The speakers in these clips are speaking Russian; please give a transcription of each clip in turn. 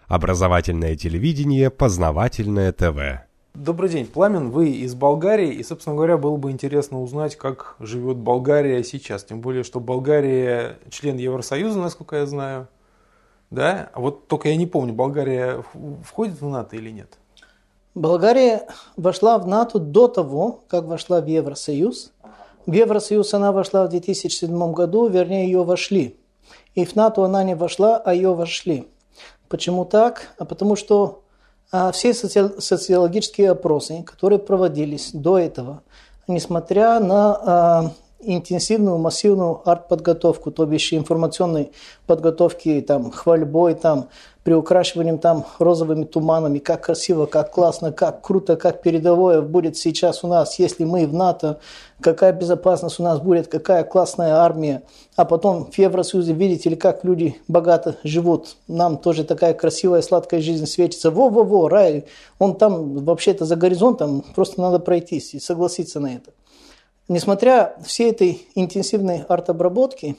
Образовательное телевидение, познавательное ТВ. Добрый день, Пламен, вы из Болгарии, и, собственно говоря, было бы интересно узнать, как живет Болгария сейчас, тем более, что Болгария член Евросоюза, насколько я знаю, да? А вот только я не помню, Болгария входит в НАТО или нет? Болгария вошла в НАТО до того, как вошла в Евросоюз. В Евросоюз она вошла в 2007 году, вернее, ее вошли. И в НАТО она не вошла, а ее вошли. Почему так? А потому что все социологические опросы, которые проводились до этого, несмотря на интенсивную, массивную артподготовку, то бишь информационной подготовки, там, хвальбой, там, приукрашиванием там, розовыми туманами, как красиво, как классно, как круто, как передовое будет сейчас у нас, если мы в НАТО, какая безопасность у нас будет, какая классная армия, а потом в Евросоюзе видите ли, как люди богато живут, нам тоже такая красивая, сладкая жизнь светится, во-во-во, рай, он там вообще-то за горизонтом, просто надо пройтись и согласиться на это. Несмотря всей этой интенсивной арт-обработки,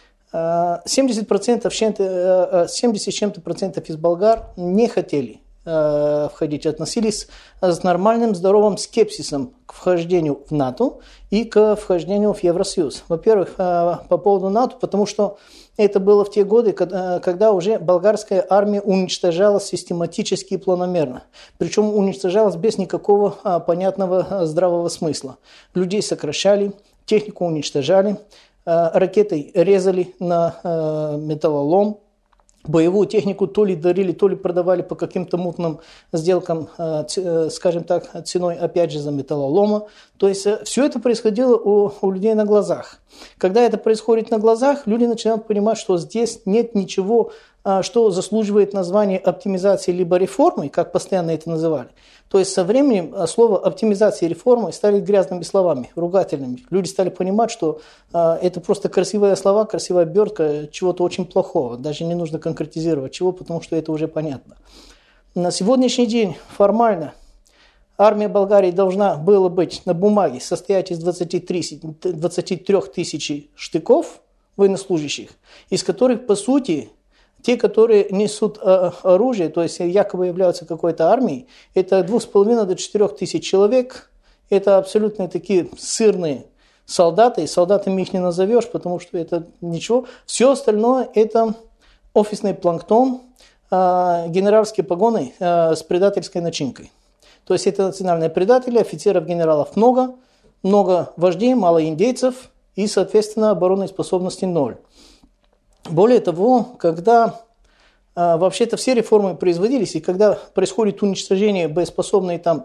70% с чем-то процентов из болгар не хотели входить, относились с нормальным, здоровым скепсисом к вхождению в НАТО и к вхождению в Евросоюз. Во-первых, по поводу НАТО, потому что это было в те годы, когда уже болгарская армия уничтожалась систематически и планомерно. Причем уничтожалась без никакого понятного здравого смысла. Людей сокращали, технику уничтожали, ракетой резали на металлолом, боевую технику то ли дарили, то ли продавали по каким-то мутным сделкам, скажем так, ценой опять же за металлолома. То есть все это происходило у людей на глазах. Когда это происходит на глазах, люди начинают понимать, что здесь нет ничего, что заслуживает названия оптимизации либо реформы, как постоянно это называли. То есть со временем слово оптимизация и реформы стали грязными словами, ругательными. Люди стали понимать, что это просто красивые слова, красивая обертка чего-то очень плохого. Даже не нужно конкретизировать чего, потому что это уже понятно. На сегодняшний день формально армия Болгарии должна была быть на бумаге состоять из 23 тысяч штыков военнослужащих, из которых, по сути, те, которые несут оружие, то есть якобы являются какой-то армией, это 2,5 до 4 тысяч человек. Это абсолютно такие сырные солдаты, и солдатами их не назовешь, потому что это ничего. Все остальное это офисный планктон, генеральские погоны с предательской начинкой. То есть это национальные предатели, офицеров, генералов много вождей, мало индейцев и, соответственно, оборонной способности ноль. Более того, когда вообще-то все реформы производились, и когда происходит уничтожение боеспособной там,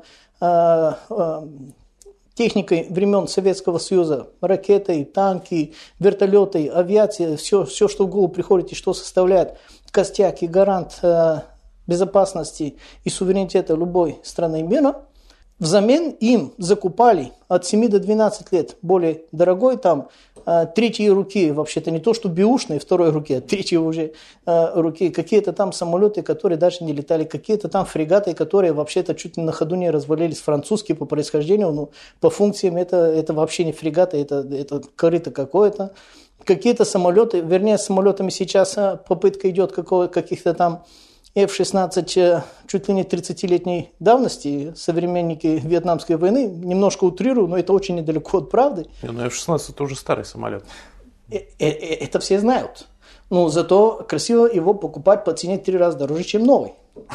техникой времен Советского Союза, ракеты, танки, вертолеты, авиация, все, что в голову приходит и что составляет костяк и гарант безопасности и суверенитета любой страны мира, взамен им закупали от 7 до 12 лет более дорогой там третьей руки, вообще-то не то что бэушной второй руки, а третьей уже руки, какие-то там самолеты, которые даже не летали, какие-то там фрегаты, которые вообще-то чуть ли на ходу не развалились, французские по происхождению, но по функциям это вообще не фрегаты, это корыто какое-то. Какие-то самолеты, вернее, с самолетами сейчас попытка идет каких-то там F-16 чуть ли не 30-летней давности, современники Вьетнамской войны, немножко утрирую, но это очень недалеко от правды. Но F-16 это уже старый самолет. Это все знают. Но зато красиво его покупать по цене 3 раза дороже, чем новый.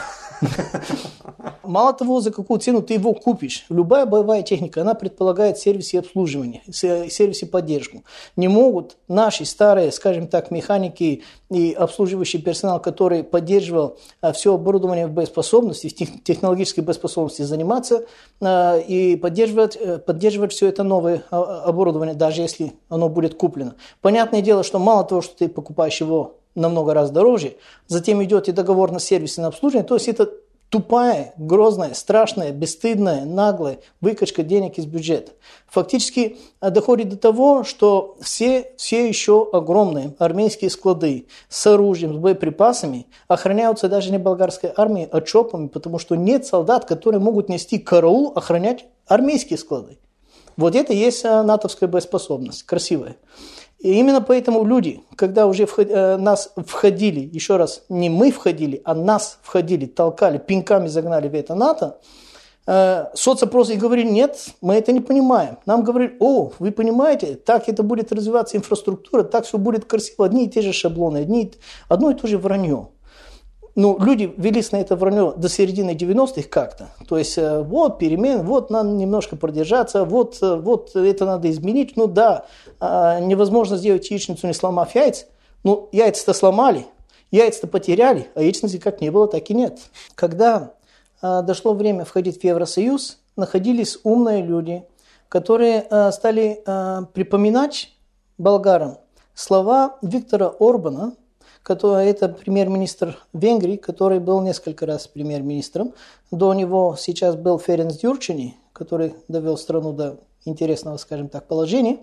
Мало того, за какую цену ты его купишь. Любая боевая техника, она предполагает сервис и обслуживание, сервис и поддержку. Не могут наши старые, скажем так, механики и обслуживающий персонал, который поддерживал все оборудование в боеспособности, в технологической боеспособности, заниматься и поддерживать все это новое оборудование, даже если оно будет куплено. Понятное дело, что мало того, что ты покупаешь его намного раз дороже, затем идет и договор на сервис и на обслуживание, то есть это тупая, грозная, страшная, бесстыдная, наглая выкачка денег из бюджета. Фактически доходит до того, что все еще огромные армейские склады с оружием, с боеприпасами охраняются даже не болгарской армией, а ЧОПами, потому что нет солдат, которые могут нести караул, охранять армейские склады. Вот это и есть натовская боеспособность, красивая. И именно поэтому люди, когда уже нас входили, еще раз, не мы входили, а нас входили, толкали, пинками загнали в это НАТО, соцопросы говорили, нет, мы это не понимаем. Нам говорили, вы понимаете, так это будет развиваться инфраструктура, так все будет красиво, одни и те же шаблоны, одно и то же вранье. Ну, люди велись на это вранье до середины 90-х как-то. То есть, вот перемен, вот надо немножко продержаться, вот это надо изменить. Ну да, невозможно сделать яичницу, не сломав яйц. Ну, яйца-то сломали, яйца-то потеряли, а яичницы как не было, так и нет. Когда дошло время входить в Евросоюз, находились умные люди, которые стали припоминать болгарам слова Виктора Орбана, это премьер-министр Венгрии, который был несколько раз премьер-министром. До него сейчас был Ференц Дюрчини, который довел страну до интересного, скажем так, положения.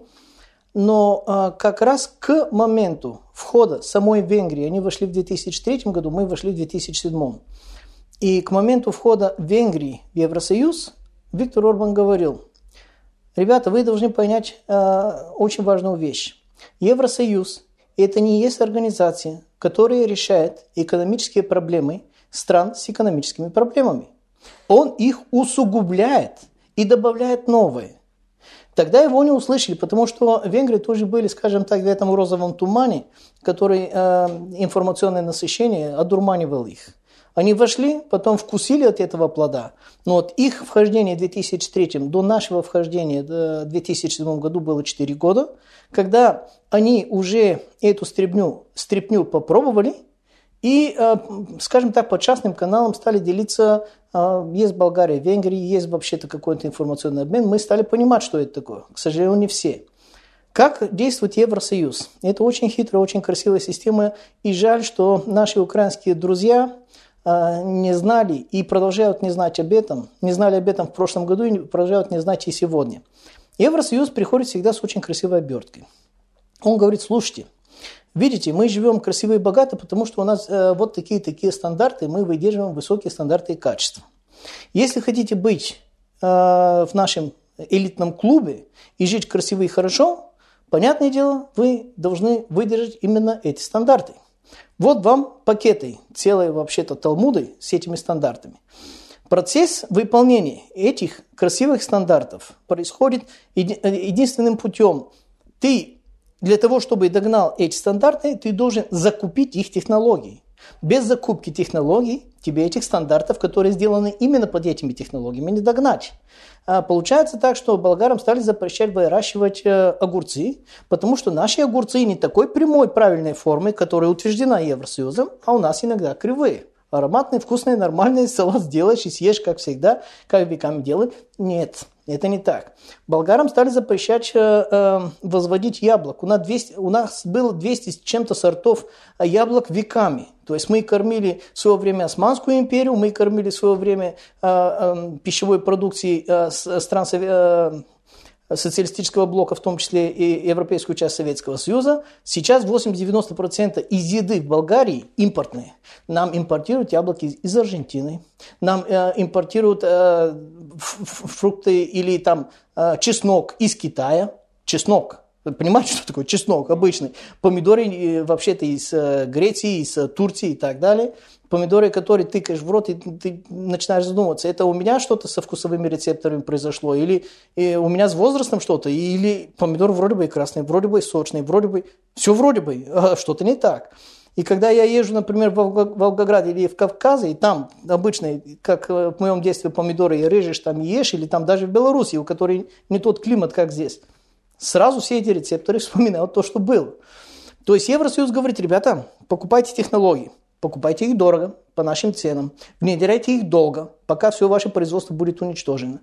Но как раз к моменту входа самой Венгрии, они вошли в 2003 году, мы вошли в 2007. И к моменту входа Венгрии в Евросоюз Виктор Орбан говорил, ребята, вы должны понять очень важную вещь. Евросоюз – это не есть организация, которая решает экономические проблемы стран с экономическими проблемами. Он их усугубляет и добавляет новые. Тогда его не услышали, потому что Венгрии тоже были, скажем так, в этом розовом тумане, который информационное насыщение одурманивал их. Они вошли, потом вкусили от этого плода. Но от их вхождения в 2003 до нашего вхождения в 2007 году было 4 года, когда они уже эту стряпню попробовали и, скажем так, по частным каналам стали делиться. Есть Болгария, Венгрия, есть вообще-то какой-то информационный обмен. Мы стали понимать, что это такое. К сожалению, не все. Как действует Евросоюз? Это очень хитрая, очень красивая система. И жаль, что наши украинские друзья не знали и продолжают не знать об этом. Не знали об этом в прошлом году и продолжают не знать и сегодня. Евросоюз приходит всегда с очень красивой оберткой. Он говорит, слушайте, видите, мы живем красиво и богато, потому что у нас вот такие стандарты, мы выдерживаем высокие стандарты и качества. Если хотите быть в нашем элитном клубе и жить красиво и хорошо, понятное дело, вы должны выдержать именно эти стандарты. Вот вам пакеты, целые вообще-то талмуды с этими стандартами. Процесс выполнения этих красивых стандартов происходит единственным путем. Ты для того, чтобы догнал эти стандарты, ты должен закупить их технологии. Без закупки технологий тебе этих стандартов, которые сделаны именно под этими технологиями, не догнать. Получается так, что болгарам стали запрещать выращивать огурцы, потому что наши огурцы не такой прямой правильной формы, которая утверждена Евросоюзом, а у нас иногда кривые. Ароматные, вкусные, нормальные, салат сделаешь и съешь, как всегда, как веками делают. Нет, это не так. Болгарам стали запрещать возводить яблок. У нас было 200 с чем-то сортов яблок веками. То есть мы кормили в свое время Османскую империю, мы кормили в свое время пищевой продукцией стран социалистического блока, в том числе и европейскую часть Советского Союза. Сейчас 80-90% из еды в Болгарии импортные. Нам импортируют яблоки из Аргентины, нам импортируют фрукты или там чеснок из Китая. Чеснок. Вы понимаете, что такое чеснок обычный? Помидоры вообще-то из Греции, из Турции и так далее. Помидоры, которые тыкаешь в рот, и ты начинаешь задумываться, это у меня что-то со вкусовыми рецепторами произошло, или у меня с возрастом что-то, или помидор вроде бы и красный, вроде бы и сочный, вроде бы, все вроде бы, а что-то не так. И когда я езжу, например, в Волгоград или в Кавказе, и там обычно, как в моем детстве, помидоры и режешь, там ешь, или там даже в Беларуси, у которой не тот климат, как здесь, сразу все эти рецепторы вспоминают то, что было. То есть Евросоюз говорит, ребята, покупайте технологии. Покупайте их дорого, по нашим ценам. Внедряйте их долго, пока все ваше производство будет уничтожено.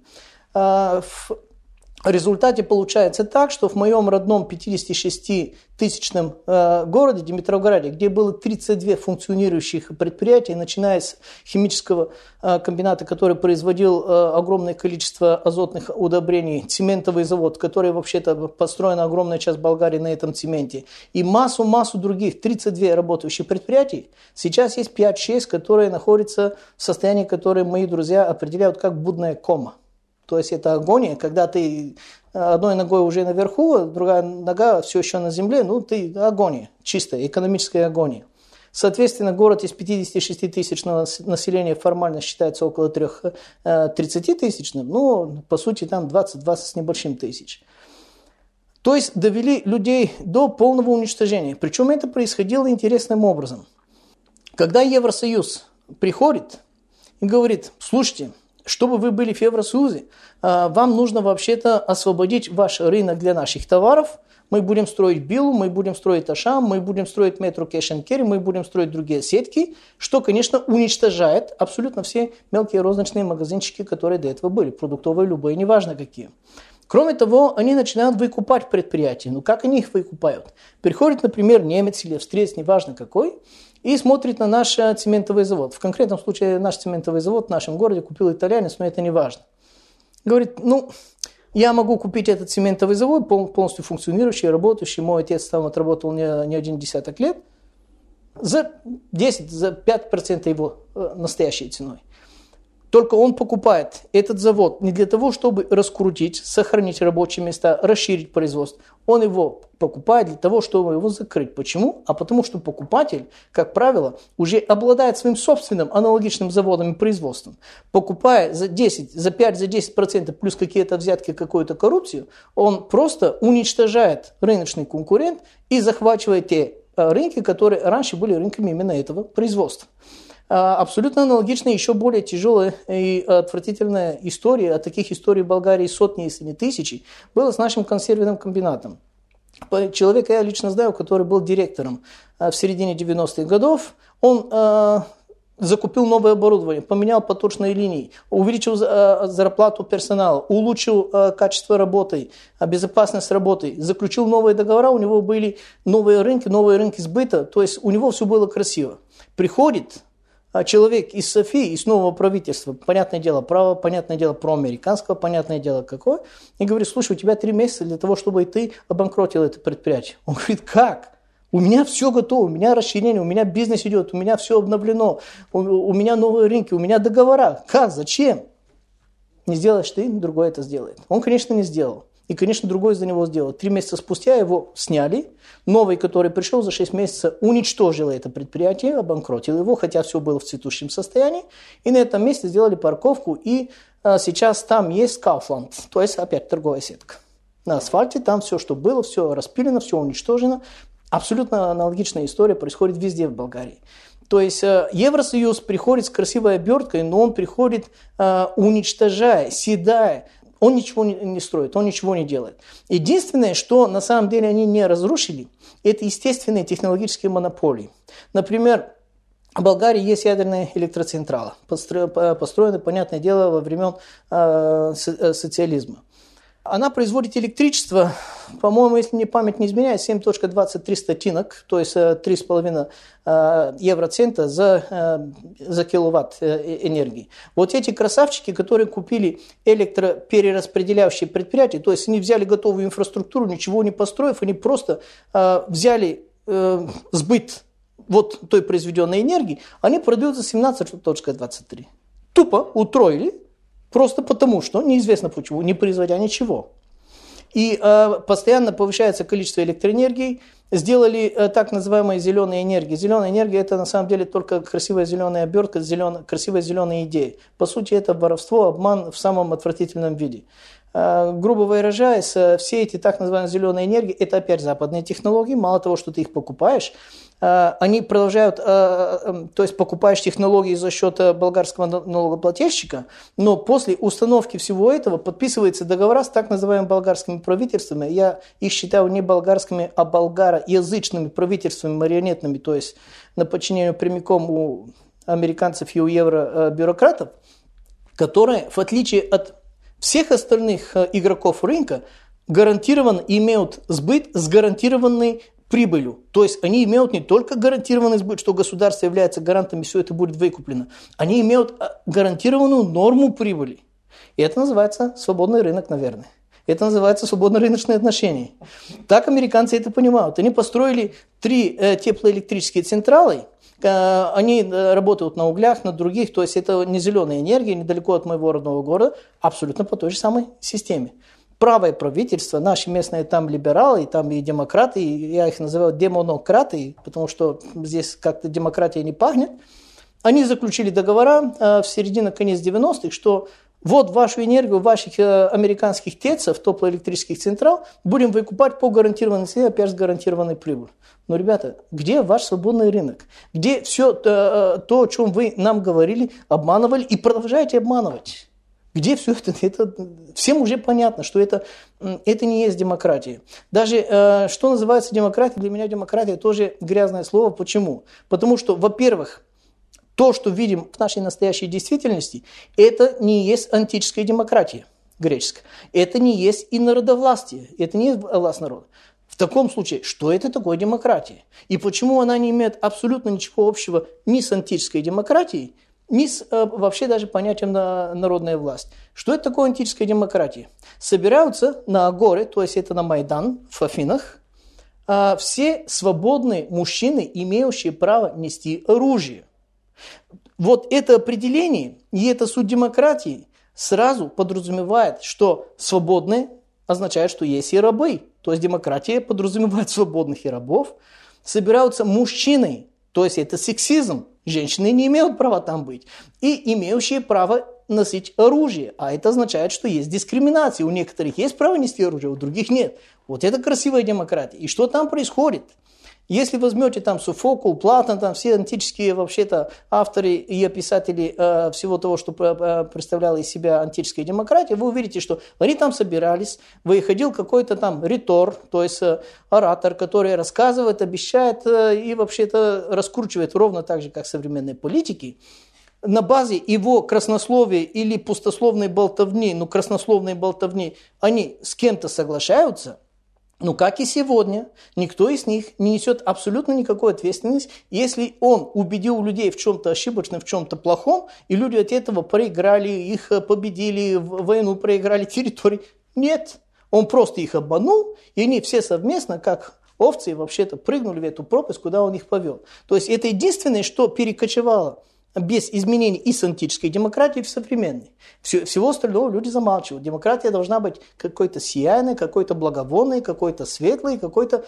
В результате получается так, что в моем родном 56-тысячном городе Димитровграде, где было 32 функционирующих предприятия, начиная с химического комбината, который производил огромное количество азотных удобрений, цементовый завод, который вообще-то построена огромная часть Болгарии на этом цементе, и массу других, 32 работающих предприятий, сейчас есть 5-6, которые находятся в состоянии, которое мои друзья определяют как будная кома. То есть это агония, когда ты одной ногой уже наверху, другая нога все еще на земле, ты агония, чистая экономическая агония. Соответственно, город из 56 тысячного населения формально считается около 30 тысячным, но по сути там 20 с небольшим тысяч. То есть довели людей до полного уничтожения. Причем это происходило интересным образом. Когда Евросоюз приходит и говорит: слушайте, чтобы вы были в Евросоюзе, вам нужно вообще-то освободить ваш рынок для наших товаров. Мы будем строить Билу, мы будем строить Ашам, мы будем строить Метро Кэш энд Керри, мы будем строить другие сетки, что, конечно, уничтожает абсолютно все мелкие розничные магазинчики, которые до этого были, продуктовые, любые, неважно какие. Кроме того, они начинают выкупать предприятия. Как они их выкупают? Приходит, например, немец или австриец, неважно какой, и смотрит на наш цементовый завод. В конкретном случае наш цементовый завод в нашем городе купил итальянец, но это не важно. Говорит: я могу купить этот цементовый завод, полностью функционирующий, работающий. Мой отец там отработал не один десяток лет. За 5% его настоящей ценой. Только он покупает этот завод не для того, чтобы раскрутить, сохранить рабочие места, расширить производство. Он его покупает для того, чтобы его закрыть. Почему? А потому что покупатель, как правило, уже обладает своим собственным аналогичным заводом и производством. Покупая за 5-10% плюс какие-то взятки, какую-то коррупцию, он просто уничтожает рыночный конкурент и захватывает те рынки, которые раньше были рынками именно этого производства. Абсолютно аналогичная, еще более тяжелая и отвратительная история, а таких историй в Болгарии сотни, если не тысячи, было с нашим консервным комбинатом. Человека я лично знаю, который был директором в середине 90-х годов. Он закупил новое оборудование, поменял поточные линии, увеличил зарплату персонала, улучшил качество работы, безопасность работы, заключил новые договора, у него были новые рынки сбыта, то есть у него все было красиво. Приходит человек из Софии, из нового правительства, понятное дело, право, понятное дело, проамериканского, понятное дело, какое, и говорит: слушай, у тебя 3 месяца для того, чтобы ты обанкротил это предприятие. Он говорит: как? У меня все готово, у меня расширение, у меня бизнес идет, у меня все обновлено, у меня новые рынки, у меня договора. Как? Зачем? Не сделаешь ты, другой это сделает. Он, конечно, не сделал. И, конечно, другой за него сделал. 3 месяца спустя его сняли. Новый, который пришел за 6 месяцев, уничтожил это предприятие, обанкротил его, хотя все было в цветущем состоянии. И на этом месте сделали парковку. И сейчас там есть Kaufland, то есть опять торговая сетка. На асфальте там все, что было, все распилено, все уничтожено. Абсолютно аналогичная история происходит везде в Болгарии. То есть Евросоюз приходит с красивой оберткой, но он приходит уничтожая, съедая. Он ничего не строит, он ничего не делает. Единственное, что на самом деле они не разрушили, это естественные технологические монополии. Например, в Болгарии есть ядерная электроцентрала, построена, понятное дело, во времен социализма. Она производит электричество, по-моему, если мне память не изменяет, 7.23 статинок, то есть 3,5 евроцента за киловатт энергии. Вот эти красавчики, которые купили электроперераспределяющие предприятия, то есть они взяли готовую инфраструктуру, ничего не построив, они просто взяли сбыт вот той произведенной энергии, они продают за 17.23. Тупо утроили. Просто потому, что неизвестно почему, не производя ничего. И постоянно повышается количество электроэнергии. Сделали так называемые зеленые энергии. Зеленая энергия – это на самом деле только красивая зеленая обертка, красивая зеленая идея. По сути, это воровство, обман в самом отвратительном виде. Грубо выражаясь, все эти так называемые зеленые энергии – это опять западные технологии. Мало того, что ты их покупаешь, они продолжают, то есть покупаешь технологии за счет болгарского налогоплательщика, но после установки всего этого подписываются договора с так называемыми болгарскими правительствами. Я их считаю не болгарскими, а болгароязычными правительствами марионетными, то есть на подчинению прямиком у американцев и у евробюрократов, которые, в отличие от всех остальных игроков рынка, гарантированно имеют сбыт с гарантированной прибылью. То есть они имеют не только гарантированный сбыт, что государство является гарантом, и все это будет выкуплено. Они имеют гарантированную норму прибыли. И это называется свободный рынок, наверное. Это называется свободно-рыночные отношения. Так американцы это понимают. Они построили 3 теплоэлектрические централы, Они работают на углях, на других, то есть это не зеленая энергия, недалеко от моего родного города, абсолютно по той же самой системе. Правое правительство, наши местные там либералы, там и демократы, я их называю демонократы, потому что здесь как-то демократия не пахнет. Они заключили договора в середине-конец 90-х, что вот вашу энергию ваших американских ТЭЦов, теплоэлектрических централ, будем выкупать по гарантированной цене, опять же гарантированной прибыль. Но, ребята, где ваш свободный рынок? Где все то, о чем вы нам говорили, обманывали и продолжаете обманывать? Где все это? Всем уже понятно, что это не есть демократия. Даже что называется демократией, для меня демократия тоже грязное слово. Почему? Потому что, во-первых, то, что видим в нашей настоящей действительности, это не есть антическая демократия греческая. Это не есть и народовластие, это не есть власть народа. В таком случае, что это такое демократия? И почему она не имеет абсолютно ничего общего ни с антической демократией, ни с вообще даже понятием народная власть? Что это такое антическая демократия? Собираются на Агоре, то есть это на Майдан в Афинах, все свободные мужчины, имеющие право нести оружие. Вот это определение и это суть демократии сразу подразумевает, что свободные означает, что есть и рабы. То есть демократия подразумевает свободных и рабов. Собираются мужчины, то есть это сексизм. Женщины не имеют права там быть. И имеющие право носить оружие. А это означает, что есть дискриминация. У некоторых есть право нести оружие, у других нет. Вот это красивая демократия. И что там происходит? Если возьмете там Софокл, Платон, там все антические вообще-то авторы и писатели всего того, что представляла из себя антическая демократия, вы увидите, что они там собирались, выходил какой-то там ритор, то есть оратор, который рассказывает, обещает и вообще-то раскручивает ровно так же, как современные политики. На базе его краснословия или пустословной болтовни, краснословной болтовни, они с кем-то соглашаются. Как и сегодня, никто из них не несет абсолютно никакой ответственности, если он убедил людей в чем-то ошибочном, в чем-то плохом, и люди от этого проиграли, их победили, войну проиграли, территории. Нет, он просто их обманул, и они все совместно, как овцы, вообще-то прыгнули в эту пропасть, куда он их повел. То есть это единственное, что перекочевало без изменений из антической демократии в современной. Всего остального люди замалчивают. Демократия должна быть какой-то сияйной, какой-то благовонной, какой-то светлой, какой-то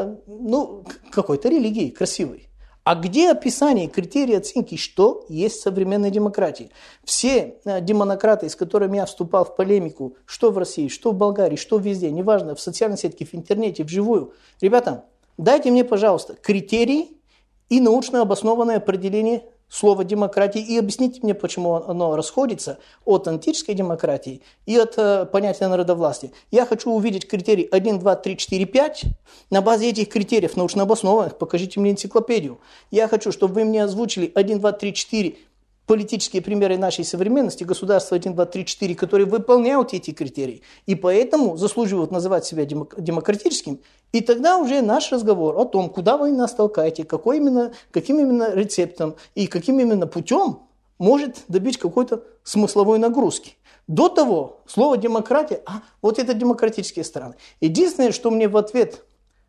религией красивой. А где описание, критерии оценки, что есть современная демократия? Все демонократы, с которыми я вступал в полемику, что в России, что в Болгарии, что везде, неважно, в социальной сетке, в интернете, вживую. Ребята, дайте мне, пожалуйста, критерии и научно обоснованное определение слова демократии и объясните мне, почему оно расходится от антической демократии и от понятия народовластия. Я хочу увидеть критерии 1, 2, 3, 4, 5. На базе этих критериев научно обоснованных покажите мне энциклопедию. Я хочу, чтобы вы мне озвучили 1, 2, 3, 4 политические примеры нашей современности, государства 1, 2, 3, 4, которые выполняют эти критерии и поэтому заслуживают называть себя демократическим. И тогда уже наш разговор о том, куда вы нас толкаете, каким именно рецептом и каким именно путем может добить какой-то смысловой нагрузки. До того слово демократия, вот это демократические страны. Единственное, что мне в ответ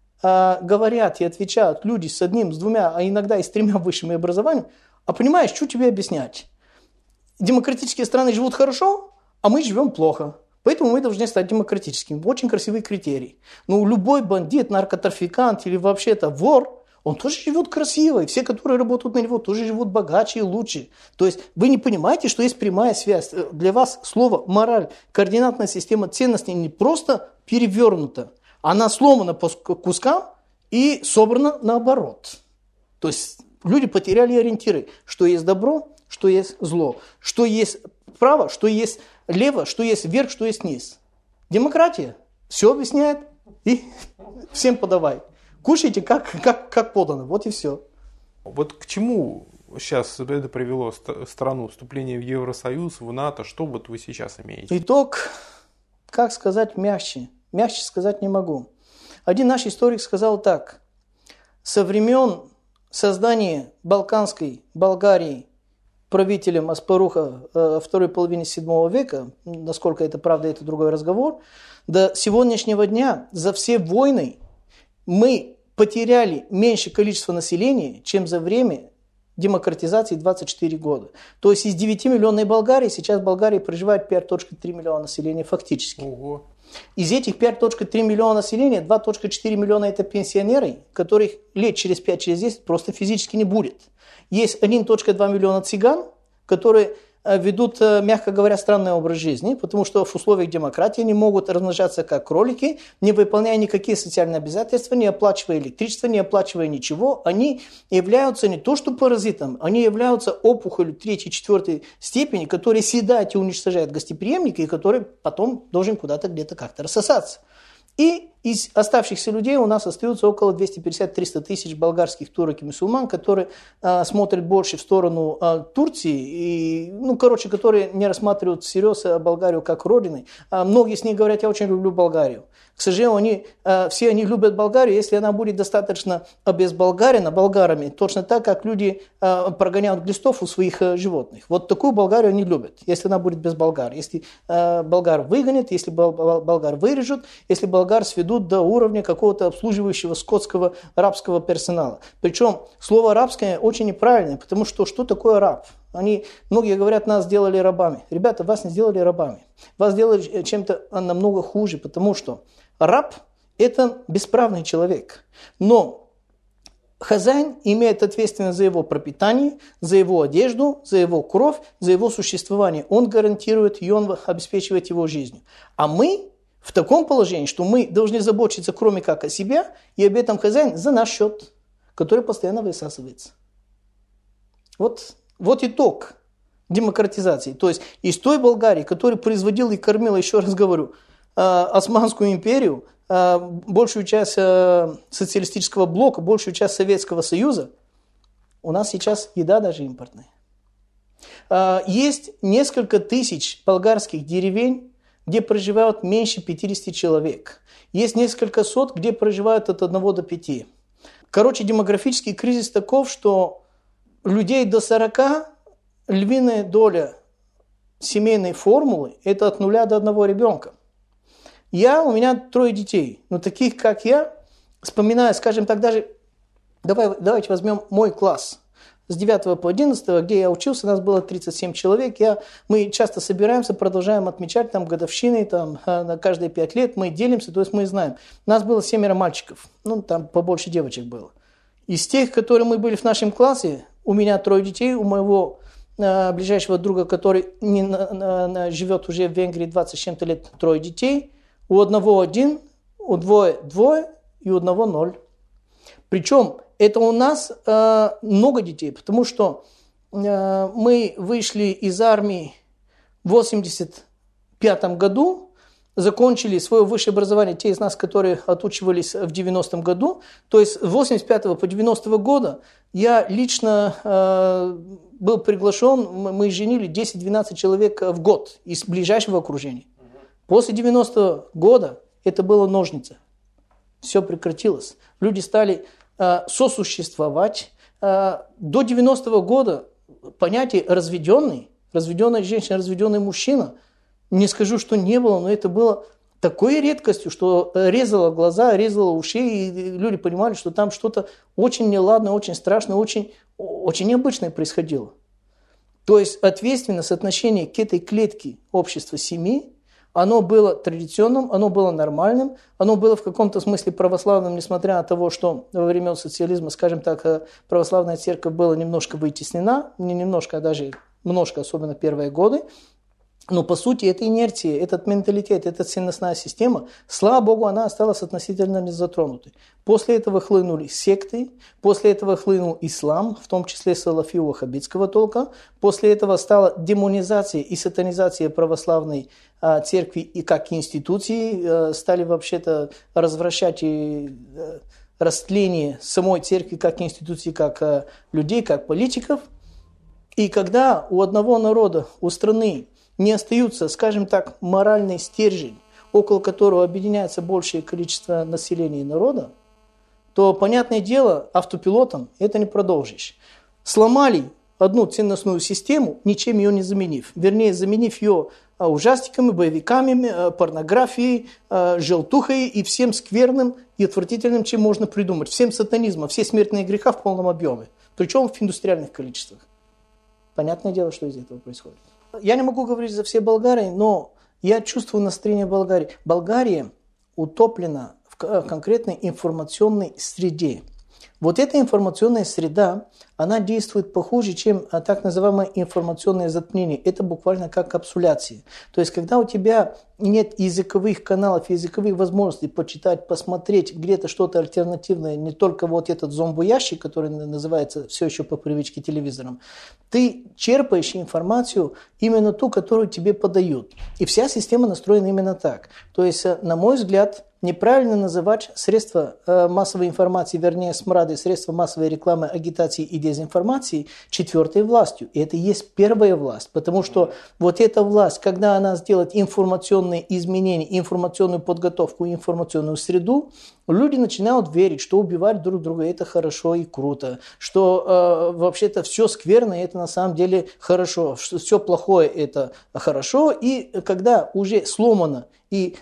говорят и отвечают люди с одним, с двумя, а иногда и с 3 высшими образованиями, понимаешь, что тебе объяснять? Демократические страны живут хорошо, а мы живем плохо. Поэтому мы должны стать демократическими. Очень красивый критерий. Любой бандит, наркотрафикант или вообще-то вор, он тоже живет красиво. И все, которые работают на него, тоже живут богаче и лучше. То есть вы не понимаете, что есть прямая связь. Для вас слово «мораль», координатная система ценностей не просто перевернута, она сломана по кускам и собрана наоборот. То есть люди потеряли ориентиры, что есть добро, что есть зло, что есть право, что есть лево, что есть вверх, что есть низ. Демократия все объясняет и всем подавай. Кушайте, как подано, вот и все. Вот к чему сейчас это привело страну вступления в Евросоюз, в НАТО? Что вот вы сейчас имеете? Итог, как сказать мягче? Мягче сказать не могу. Один наш историк сказал так. Со времен создания Балканской Болгарии правителем Аспаруха второй половины 7 века, насколько это правда, это другой разговор, до сегодняшнего дня за все войны мы потеряли меньше количество населения, чем за время демократизации 24 года. То есть из 9-миллионной Болгарии сейчас в Болгарии проживает 5,3 миллиона населения фактически. Ого. Из этих 5,3 миллиона населения 2,4 миллиона это пенсионеры, которых лет через 5, через 10 просто физически не будет. Есть 1,2 миллиона цыган, которые ведут, мягко говоря, странный образ жизни, потому что в условиях демократии они могут размножаться как кролики, не выполняя никакие социальные обязательства, не оплачивая электричество, не оплачивая ничего. Они являются не то что паразитом, они являются опухолью 3-4 степени, которые съедают и уничтожают гостеприимника, и который потом должен куда-то где-то как-то рассосаться. И из оставшихся людей у нас остается около 250-300 тысяч болгарских турок и мусульман, которые смотрят больше в сторону Турции, и, которые не рассматривают всерьез Болгарию как родиной. Многие с ней говорят, я очень люблю Болгарию. К сожалению, все они любят Болгарию, если она будет достаточно обезболгарена болгарами, точно так, как люди прогоняют глистов у своих животных. Вот такую Болгарию они любят, если она будет без болгар. Если болгар выгонят, если болгар вырежут, если болгар сведут до уровня какого-то обслуживающего скотского рабского персонала. Причем слово «рабское» очень неправильное, потому что такое раб? Многие говорят, нас сделали рабами. Ребята, вас не сделали рабами. Вас сделали чем-то намного хуже, потому что раб – это бесправный человек. Но хозяин имеет ответственность за его пропитание, за его одежду, за его кровь, за его существование. Он гарантирует и он обеспечивает его жизнью. А мы в таком положении, что мы должны заботиться кроме как о себе, и об этом хозяин за наш счет, который постоянно высасывается. Вот итог демократизации. То есть из той Болгарии, которая производила и кормила, еще раз говорю, Османскую империю, большую часть социалистического блока, большую часть Советского Союза, у нас сейчас еда даже импортная. Есть несколько тысяч болгарских деревень, где проживают меньше 50 человек. Есть несколько сот, где проживают от 1 до 5. Короче, демографический кризис таков, что людей до 40 львиная доля семейной формулы – это от 0 до 1 ребенка. У меня 3 детей, но таких, как я, вспоминаю, скажем так, даже, давайте возьмем мой класс. С 9 по 11, где я учился, нас было 37 человек. Мы часто собираемся, продолжаем отмечать годовщины, на каждые 5 лет мы делимся, то есть мы знаем. Нас было 7 мальчиков, там побольше девочек было. Из тех, которые мы были в нашем классе, у меня 3 детей, у моего ближайшего друга, который живет уже в Венгрии 20 с чем-то лет, 3 детей. У одного 1, у 2 и у одного 0. Причем это у нас много детей, потому что мы вышли из армии в 1985 году, закончили свое высшее образование, те из нас, которые отучивались в 90-м году. То есть с 85 по 90 года я лично был приглашен, мы женили 10-12 человек в год из ближайшего окружения. После 90 года это было ножницы. Все прекратилось. Люди стали сосуществовать. До 90-го года понятие разведенная женщина, разведенный мужчина, не скажу, что не было, но это было такой редкостью, что резало глаза, резало уши, и люди понимали, что там что-то очень неладное, очень страшное, очень необычное происходило. То есть ответственность отношение к этой клетке общества семьи, оно было традиционным, оно было нормальным, оно было в каком-то смысле православным, несмотря на то, что во времена социализма, скажем так, православная церковь была немножко вытеснена, не немножко, а даже немножко, особенно первые годы. Но по сути эта инерция, этот менталитет, эта ценностная система, слава Богу, она осталась относительно не затронутой. После этого хлынули секты, после этого хлынул ислам, в том числе салафи-ваххабитского толка. После этого стала демонизация и сатанизация православной церкви и как институции, стали вообще-то развращать и растление самой церкви как институции, как людей, как политиков. И когда у одного народа, у страны не остаются, скажем так, моральный стержень, около которого объединяется большее количество населения и народа, то, понятное дело, автопилотом это не продолжишь. Сломали одну ценностную систему, ничем ее не заменив. Вернее, заменив ее ужастиками, боевиками, порнографией, желтухой и всем скверным и отвратительным, чем можно придумать. Всем сатанизмом, все смертные греха в полном объеме. причем в индустриальных количествах. Понятное дело, что из этого происходит. Я не могу говорить за все Болгарии, но я чувствую настроение Болгарии. Болгария утоплена в конкретной информационной среде. Вот эта информационная среда, она действует похуже, чем так называемое информационное затмнение. Это буквально как капсуляция. То есть, когда у тебя нет языковых каналов, языковых возможностей почитать, посмотреть где-то что-то альтернативное, не только вот этот зомбоящик, который называется все еще по привычке телевизором, ты черпаешь информацию именно ту, которую тебе подают. И вся система настроена именно так. То есть, на мой взгляд, неправильно называть средства массовой информации, вернее, СМРАДы, средства массовой рекламы, агитации и дезинформации четвертой властью. И это и есть первая власть. Потому что вот эта власть, когда она сделает информационные изменения, информационную подготовку, информационную среду, люди начинают верить, что убивать друг друга это хорошо и круто, что вообще-то все скверное это на самом деле хорошо, что все плохое это хорошо. И когда уже сломано и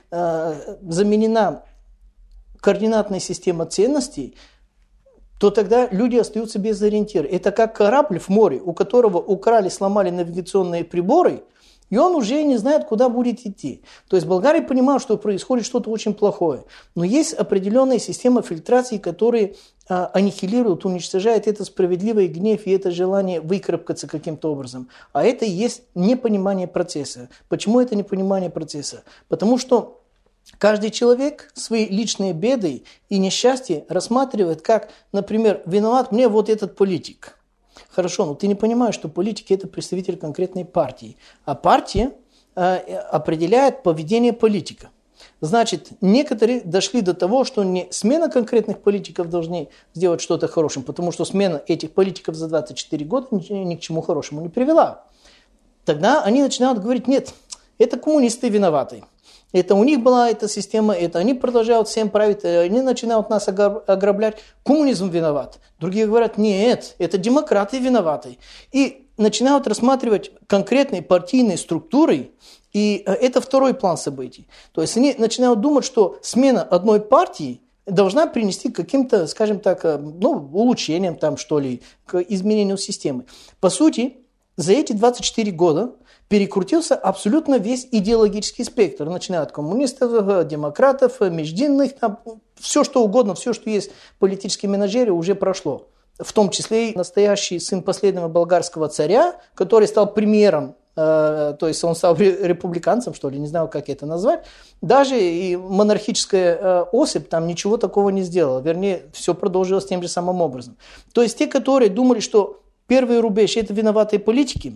заменена координатная система ценностей, то тогда люди остаются без ориентира. Это как корабль в море, у которого украли, сломали навигационные приборы, и он уже не знает, куда будет идти. То есть Болгария понимала, что происходит что-то очень плохое. Но есть определенная система фильтрации, которые аннихилируют, уничтожают это справедливый гнев и это желание выкарабкаться каким-то образом. А это и есть непонимание процесса. Почему это непонимание процесса? Потому что каждый человек свои личные беды и несчастья рассматривает как, например, виноват мне вот этот политик. Хорошо, но ты не понимаешь, что политик – это представитель конкретной партии. А партия определяет поведение политика. Значит, некоторые дошли до того, что не смена конкретных политиков должны сделать что-то хорошим, потому что смена этих политиков за 24 года ни к чему хорошему не привела. Тогда они начинают говорить, нет, это коммунисты виноваты. Это у них была эта система, это они продолжают всем править, они начинают нас ограблять. Коммунизм виноват. Другие говорят, нет, это демократы виноваты. И начинают рассматривать конкретные партийные структуры, и это второй план событий. То есть они начинают думать, что смена одной партии должна принести к каким-то, скажем так, улучшениям, там, что ли, к изменению системы. По сути, за эти 24 года перекрутился абсолютно весь идеологический спектр, начиная от коммунистов, демократов, междинных, там, все что угодно, все, что есть в политической менеджере, уже прошло. В том числе и настоящий сын последнего болгарского царя, который стал премьером, то есть он стал республиканцем, что ли, не знаю, как это назвать, даже и монархическая особь там ничего такого не сделала, вернее, все продолжилось тем же самым образом. То есть те, которые думали, что первый рубеж – это виноватые политики,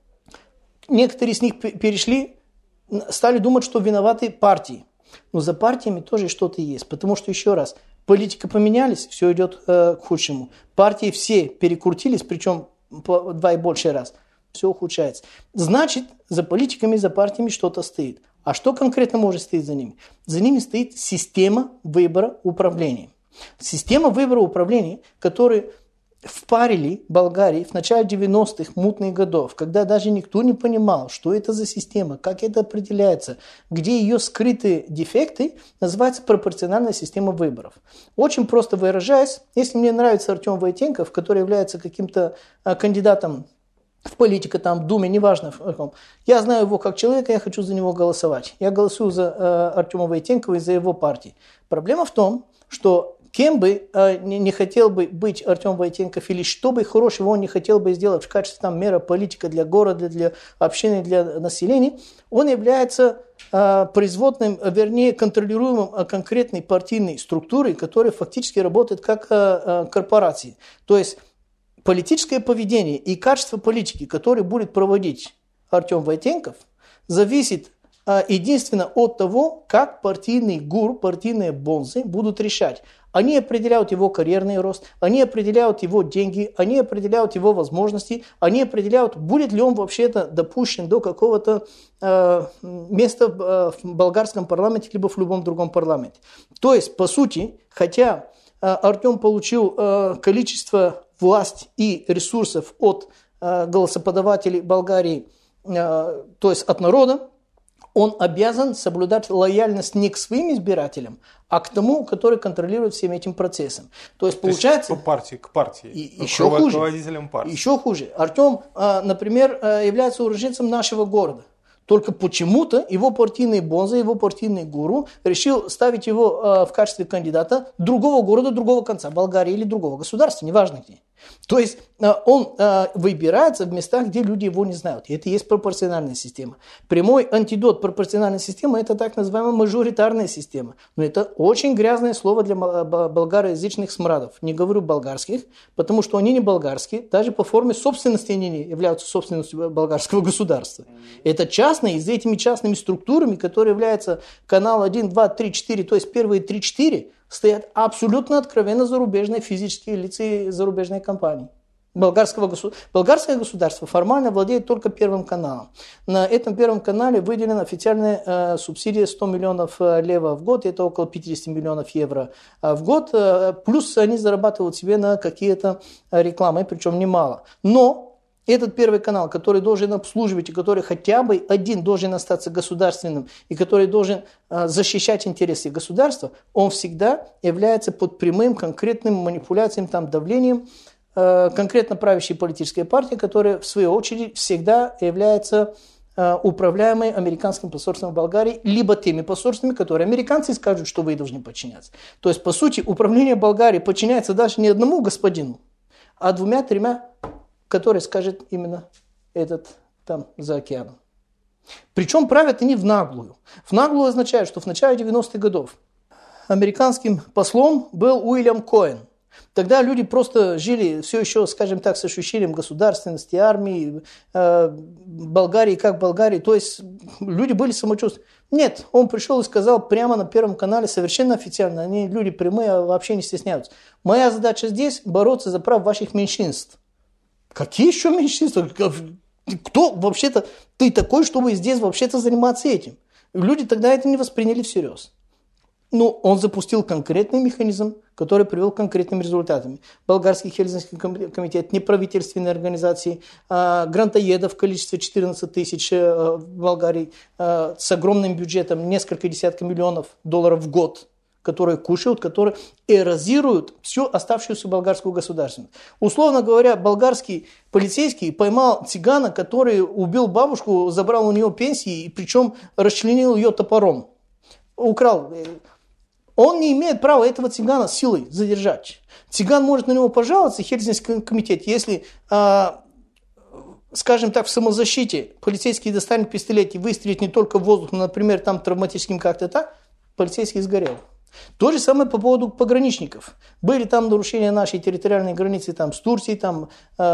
некоторые из них перешли, стали думать, что виноваты партии. Но за партиями тоже что-то есть. Потому что, еще раз, политика поменялись, все идет к худшему. Партии все перекрутились, причем по 2 и больше раз. Все ухудшается. Значит, за политиками, за партиями что-то стоит. А что конкретно может стоять за ними? За ними стоит система выбора управления. Система выбора управления, которая впарили Болгарии в начале 90-х мутных годов, когда даже никто не понимал, что это за система, как это определяется, где ее скрытые дефекты, называется пропорциональная система выборов. Очень просто выражаясь, если мне нравится Артем Войтенков, который является каким-то кандидатом в политику, там, в Думе, неважно, я знаю его как человека, я хочу за него голосовать. Я голосую за Артема Войтенкова и за его партию. Проблема в том, что кем бы не хотел бы быть Артем Войтенков или что бы хорошего он не хотел бы сделать в качестве там, мэра, политика для города, для общины, для населения, он является производным, вернее, контролируемым конкретной партийной структурой, которая фактически работает как корпорация. То есть политическое поведение и качество политики, которое будет проводить Артем Войтенков, зависит единственно от того, как партийные гуру, партийные бонзы будут решать. Они определяют его карьерный рост, они определяют его деньги, они определяют его возможности, они определяют, будет ли он вообще-то допущен до какого-то места в болгарском парламенте, либо в любом другом парламенте. То есть, по сути, хотя Артем получил количество власти и ресурсов от голосоподавателей Болгарии, то есть от народа, он обязан соблюдать лояльность не к своим избирателям, а к тому, который контролирует всем этим процессом. То есть получается... К партии. И еще хуже. Руководителям партии. Еще хуже. Артем, например, является уроженцем нашего города. Только почему-то его партийный бонза, его партийный гуру решил ставить его в качестве кандидата другого города, другого конца, Болгарии или другого государства, неважно где. То есть он выбирается в местах, где люди его не знают. И это и есть пропорциональная система. Прямой антидот пропорциональной системы – это так называемая мажоритарная система. Но это очень грязное слово для болгароязычных смрадов. Не говорю болгарских, потому что они не болгарские. Даже по форме собственности они не являются собственностью болгарского государства. Это частные, и за этими частными структурами, которые являются канал 1, 2, 3, 4, то есть первые 3-4, стоят абсолютно откровенно зарубежные физические лица и зарубежные компании. Болгарское государство формально владеет только первым каналом. На этом первом канале выделена официальная субсидия 100 миллионов лева в год, это около 50 миллионов евро в год, плюс они зарабатывают себе на какие-то рекламы, причем немало. Но этот первый канал, который должен обслуживать, и который хотя бы один должен остаться государственным, и который должен защищать интересы государства, он всегда является под прямым конкретным манипуляцией, давлением конкретно правящей политической партии, которая в свою очередь всегда является управляемой американским посольством в Болгарии, либо теми посольствами, которые американцы скажут, что вы должны подчиняться. То есть, по сути, управление Болгарией подчиняется даже не одному господину, а 2-3, который скажет именно этот там за океаном. Причем правят они в наглую. В наглую означает, что в начале 90-х годов американским послом был Уильям Коэн. Тогда люди просто жили все еще, скажем так, с ощущением государственности, армии, Болгарии как Болгарии. То есть люди были самочувствованы. Нет, он пришел и сказал прямо на Первом канале, совершенно официально. Они люди прямые, вообще не стесняются. Моя задача здесь бороться за права ваших меньшинств. Какие еще меньшинства? Кто вообще-то ты такой, чтобы здесь вообще-то заниматься этим? Люди тогда это не восприняли всерьез. Но он запустил конкретный механизм, который привел к конкретным результатам. Болгарский Хельсинский комитет, неправительственные организации, грантоедов в количестве 14 тысяч в Болгарии с огромным бюджетом, несколько десятков миллионов долларов в год, которые кушают, которые эрозируют всю оставшуюся болгарскую государственность. Условно говоря, болгарский полицейский поймал цыгана, который убил бабушку, забрал у нее пенсии, и причем расчленил ее топором. Украл. Он не имеет права этого цыгана силой задержать. Цыган может на него пожаловаться, Хельсинский комитет, если, скажем так, в самозащите полицейский достанет пистолет и выстрелит не только в воздух, но, например, там травматическим как-то так, полицейский сгорел. То же самое по поводу пограничников. Были там нарушения нашей территориальной границы там, с Турцией, там,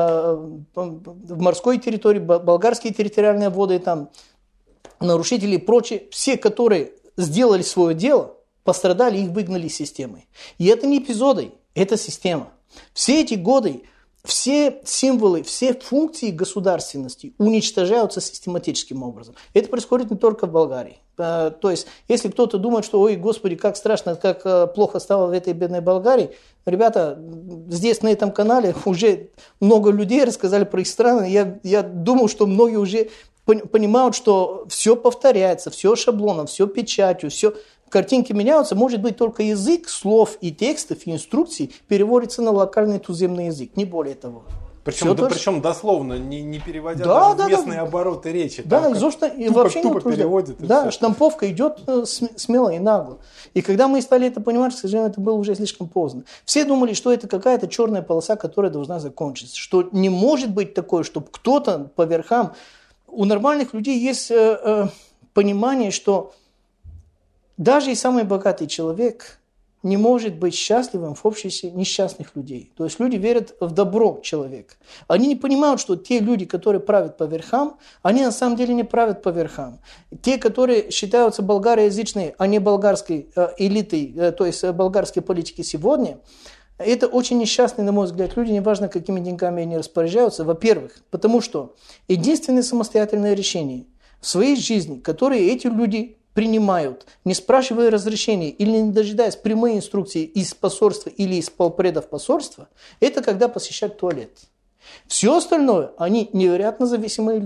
в морской территории, болгарские территориальные воды, там, нарушители и прочее. Все, которые сделали свое дело, пострадали, их выгнали из системы. И это не эпизоды, это система. Все эти годы все символы, все функции государственности уничтожаются систематическим образом. Это происходит не только в Болгарии. То есть, если кто-то думает, что, ой, господи, как страшно, как плохо стало в этой бедной Болгарии, ребята, здесь на этом канале уже много людей рассказали про их страны. Я думаю, что многие уже понимают, что все повторяется, все шаблоном, все печатью, все... Картинки меняются, может быть, только язык слов и текстов, и инструкций переводится на локальный туземный язык, не более того. Причем дословно, не переводя даже местные обороты речи. Да, и вообще тупо переводит. Да, штамповка идет смело и нагло. И когда мы стали это понимать, к сожалению, это было уже слишком поздно. Все думали, что это какая-то черная полоса, которая должна закончиться. Что не может быть такое, чтобы кто-то по верхам... У нормальных людей есть понимание, что даже и самый богатый человек не может быть счастливым в обществе несчастных людей. То есть люди верят в добро человека. Они не понимают, что те люди, которые правят по верхам, они на самом деле не правят по верхам. Те, которые считаются болгароязычной, а не болгарской элитой, то есть болгарской политики сегодня, это очень несчастные, на мой взгляд, люди, неважно, какими деньгами они распоряжаются. Во-первых, потому что единственное самостоятельное решение в своей жизни, которое эти люди принимают, не спрашивая разрешения или не дожидаясь прямой инструкции из посольства или из полпредов посольства, это когда посещать туалет. Все остальное, они невероятно зависимые люди.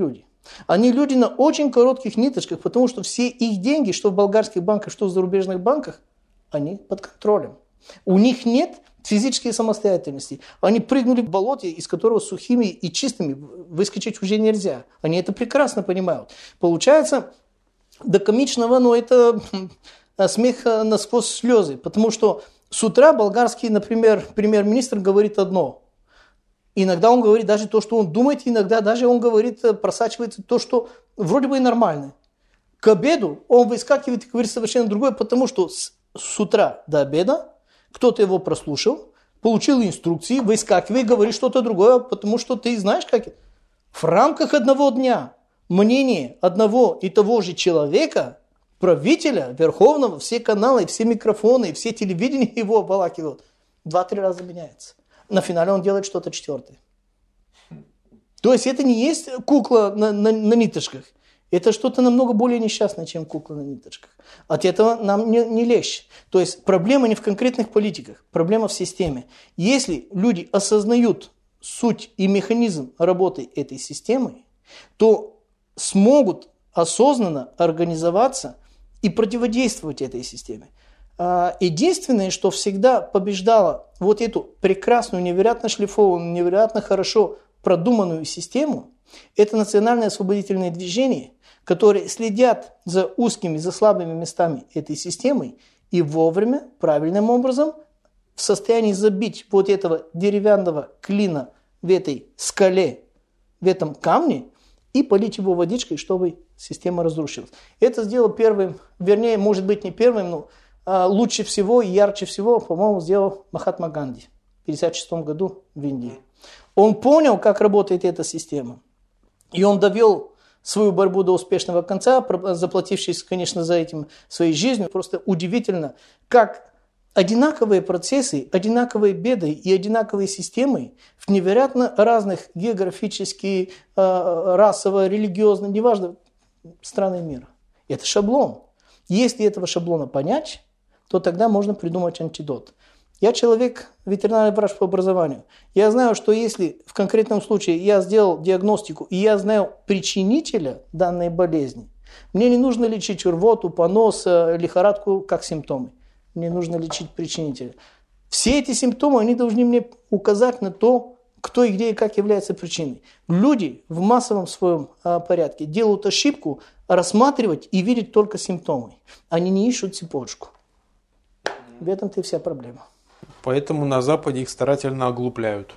Они люди на очень коротких ниточках, потому что все их деньги, что в болгарских банках, что в зарубежных банках, они под контролем. У них нет физической самостоятельности. Они прыгнули в болоте, из которого сухими и чистыми выскочить уже нельзя. Они это прекрасно понимают. Получается, до комичного, но это смех насквозь слезы. Потому что с утра болгарский, например, премьер-министр говорит одно. Иногда он говорит даже то, что он думает, иногда даже он говорит, просачивается то, что вроде бы и нормально. К обеду он выскакивает и говорит совершенно другое, потому что с утра до обеда кто-то его прослушал, получил инструкции, выскакивай и говори что-то другое, потому что ты знаешь, как это. В рамках одного дня мнение одного и того же человека, правителя, верховного, все каналы, все микрофоны, все телевидения его обволакивают, 2-3 раза меняется. На финале он делает что-то четвертое. То есть это не есть кукла на ниточках. Это что-то намного более несчастное, чем кукла на ниточках. От этого нам не легче. То есть проблема не в конкретных политиках, проблема в системе. Если люди осознают суть и механизм работы этой системы, то смогут осознанно организоваться и противодействовать этой системе. Единственное, что всегда побеждало вот эту прекрасную, невероятно шлифованную, невероятно хорошо продуманную систему, это национальное освободительное движение, которые следят за узкими, за слабыми местами этой системы и вовремя, правильным образом, в состоянии забить вот этого деревянного клина в этой скале, в этом камне и полить его водичкой, чтобы система разрушилась. Это сделал первым, вернее, может быть не первым, но лучше всего и ярче всего, по-моему, сделал Махатма Ганди в 1956 году в Индии. Он понял, как работает эта система. И он довел свою борьбу до успешного конца, заплатившись, конечно, за этим своей жизнью. Просто удивительно, как одинаковые процессы, одинаковые беды и одинаковые системы в невероятно разных географически, расово, религиозно, неважно, страны мира. Это шаблон. Если этого шаблона понять, то тогда можно придумать антидот. Я человек, ветеринарный врач по образованию. Я знаю, что если в конкретном случае я сделал диагностику, и я знаю причинителя данной болезни, мне не нужно лечить рвоту, понос, лихорадку как симптомы. Мне нужно лечить причинителя. Все эти симптомы, они должны мне указать на то, кто и где и как является причиной. Люди в массовом своем порядке делают ошибку рассматривать и видеть только симптомы. Они не ищут цепочку. В этом-то и вся проблема. Поэтому на Западе их старательно оглупляют.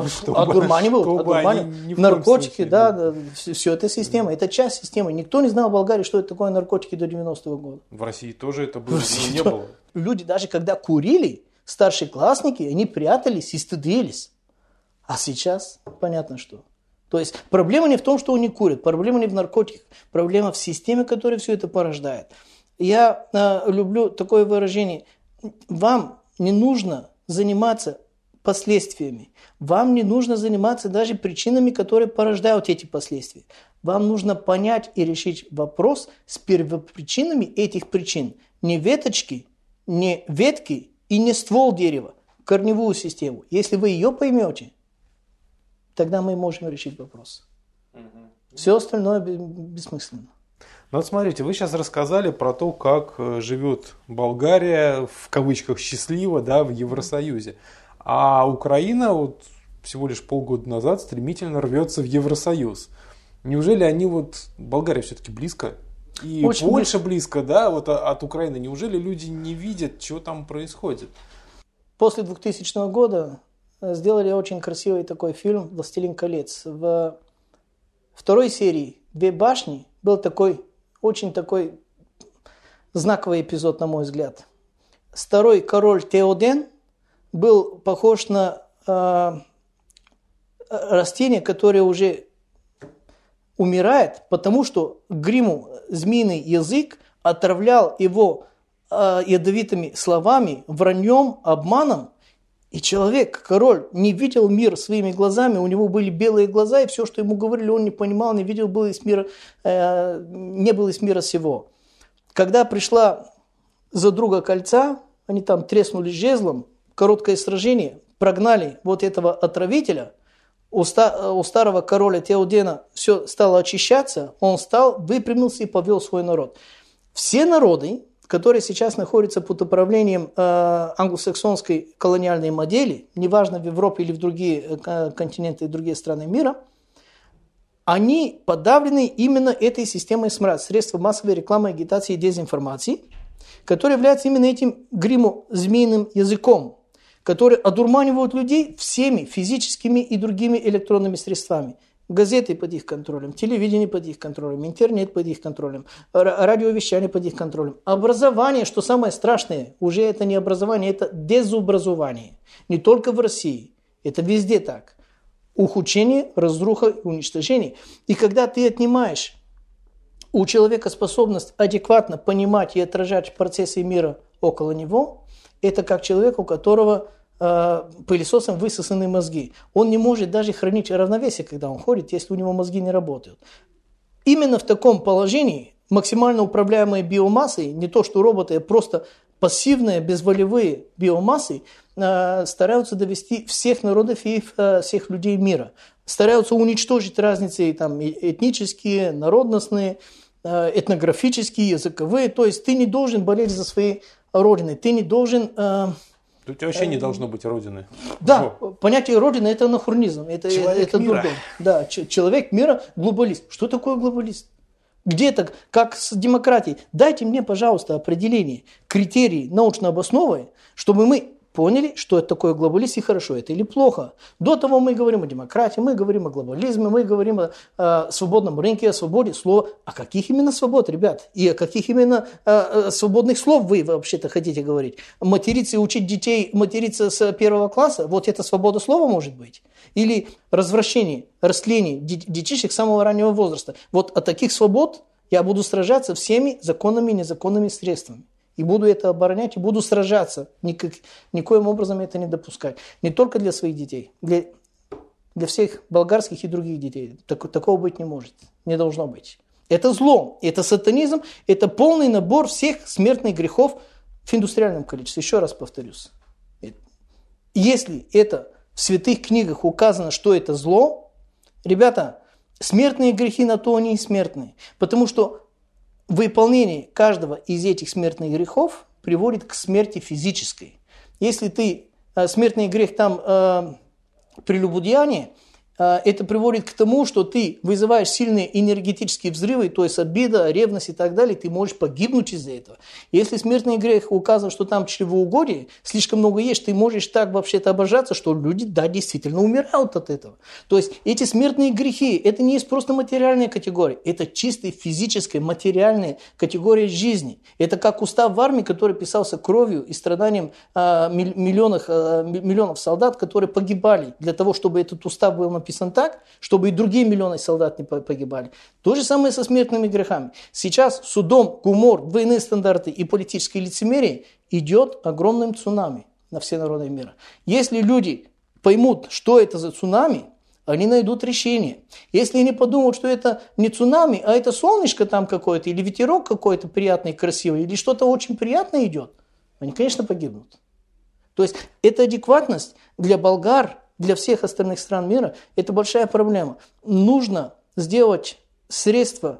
Одурманивают. Наркотики, да, все это система. Это часть системы. Никто не знал в Болгарии, что это такое наркотики до 90-го года. В России тоже это было, не было. Люди даже когда курили, старшеклассники, они прятались и стыдились. А сейчас понятно что. То есть проблема не в том, что они курят, проблема не в наркотиках, проблема в системе, которая все это порождает. Я люблю такое выражение. Вам не нужно заниматься последствиями. Вам не нужно заниматься даже причинами, которые порождают эти последствия. Вам нужно понять и решить вопрос с первопричинами этих причин. Не веточки, не ветки и не ствол дерева, корневую систему. Если вы ее поймете, тогда мы можем решить вопрос. Все остальное бессмысленно. Ну вот смотрите, вы сейчас рассказали про то, как живет Болгария, в кавычках, счастливо, да, в Евросоюзе. А Украина вот всего лишь полгода назад стремительно рвется в Евросоюз. Неужели они вот, Болгария все-таки близко, и очень Польша близко, да, вот от Украины. Неужели люди не видят, что там происходит? После 2000 года сделали очень красивый такой фильм «Властелин колец». В второй серии «Две башни» был такой очень такой знаковый эпизод, на мой взгляд. Второй король Теоден был похож на растение, которое уже умирает, потому что гриму змеиный язык отравлял его ядовитыми словами, враньем, обманом. И человек, король, не видел мир своими глазами, у него были белые глаза, и все, что ему говорили, он не понимал, не видел, был из мира, не был из мира сего. Когда пришла задруга кольца, они там треснули жезлом, короткое сражение, прогнали вот этого отравителя, у старого короля Теодена все стало очищаться, он встал, выпрямился и повел свой народ. Все народы, которые сейчас находятся под управлением англосаксонской колониальной модели, неважно в Европе или в другие континенты и другие страны мира, они подавлены именно этой системой СМРАД, средства массовой рекламы, агитации и дезинформации, которая является именно этим змеиным языком, который одурманивают людей всеми физическими и другими электронными средствами. Газеты под их контролем, телевидение под их контролем, интернет под их контролем, радиовещание под их контролем. Образование, что самое страшное, уже это не образование, это дезобразование. Не только в России, это везде так. Ухудшение, разруха и уничтожение. И когда ты отнимаешь у человека способность адекватно понимать и отражать процессы мира около него, это как человек, у которого пылесосом высосаны мозги. Он не может даже хранить равновесие, когда он ходит, если у него мозги не работают. Именно в таком положении максимально управляемые биомассой, не то что роботы, а просто пассивные, безволевые биомассы, стараются довести всех народов и всех людей мира. Стараются уничтожить разницы там, этнические, народностные, этнографические, языковые. То есть ты не должен болеть за свои родины, ты не должен... У тебя вообще не должно быть родины. Да, понятие родины – это анахронизм, это дурдом. Да, человек мира – глобалист. Что такое глобалист? Где это, как с демократией? Дайте мне, пожалуйста, определение, критерии научно обоснованные, чтобы мы поняли, что это такое глобалист и хорошо это или плохо. До того мы говорим о демократии, мы говорим о глобализме, мы говорим о свободном рынке, о свободе слова. О каких именно свобод, ребят? И о каких именно свободных слов вы вообще-то хотите говорить? Материться и учить детей материться с 1 класса? Вот это свобода слова может быть? Или развращение, растление детишек с самого раннего возраста? Вот от таких свобод я буду сражаться всеми законными и незаконными средствами. И буду это оборонять, и буду сражаться. Никоим образом это не допускать. Не только для своих детей, для всех болгарских и других детей. Такого быть не может, не должно быть. Это зло, это сатанизм, это полный набор всех смертных грехов в индустриальном количестве. Еще раз повторюсь. Если это в святых книгах указано, что это зло, ребята, смертные грехи на то они и смертные. Потому что выполнение каждого из этих смертных грехов приводит к смерти физической. Если ты смертный грех там прелюбодеяние, это приводит к тому, что ты вызываешь сильные энергетические взрывы, то есть обида, ревность и так далее, ты можешь погибнуть из-за этого. Если смертный грех указан, что там чревоугодие, слишком много ешь, ты можешь так вообще-то обожаться, что люди, да, действительно умирают от этого. То есть эти смертные грехи, это не есть просто материальная категория, это чисто физическая, материальная категория жизни. Это как устав в армии, который писался кровью и страданием миллионов солдат, которые погибали для того, чтобы этот устав был написан так, чтобы и другие миллионы солдат не погибали. То же самое со смертными грехами. Сейчас Содом, Гомор, двойные стандарты и политическое лицемерие идет огромным цунами на все народы мира. Если люди поймут, что это за цунами, они найдут решение. Если они подумают, что это не цунами, а это солнышко там какое-то, или ветерок какой-то приятный, красивый, или что-то очень приятное идет, они, конечно, погибнут. То есть эта адекватность для болгар, для всех остальных стран мира, это большая проблема. Нужно сделать средства,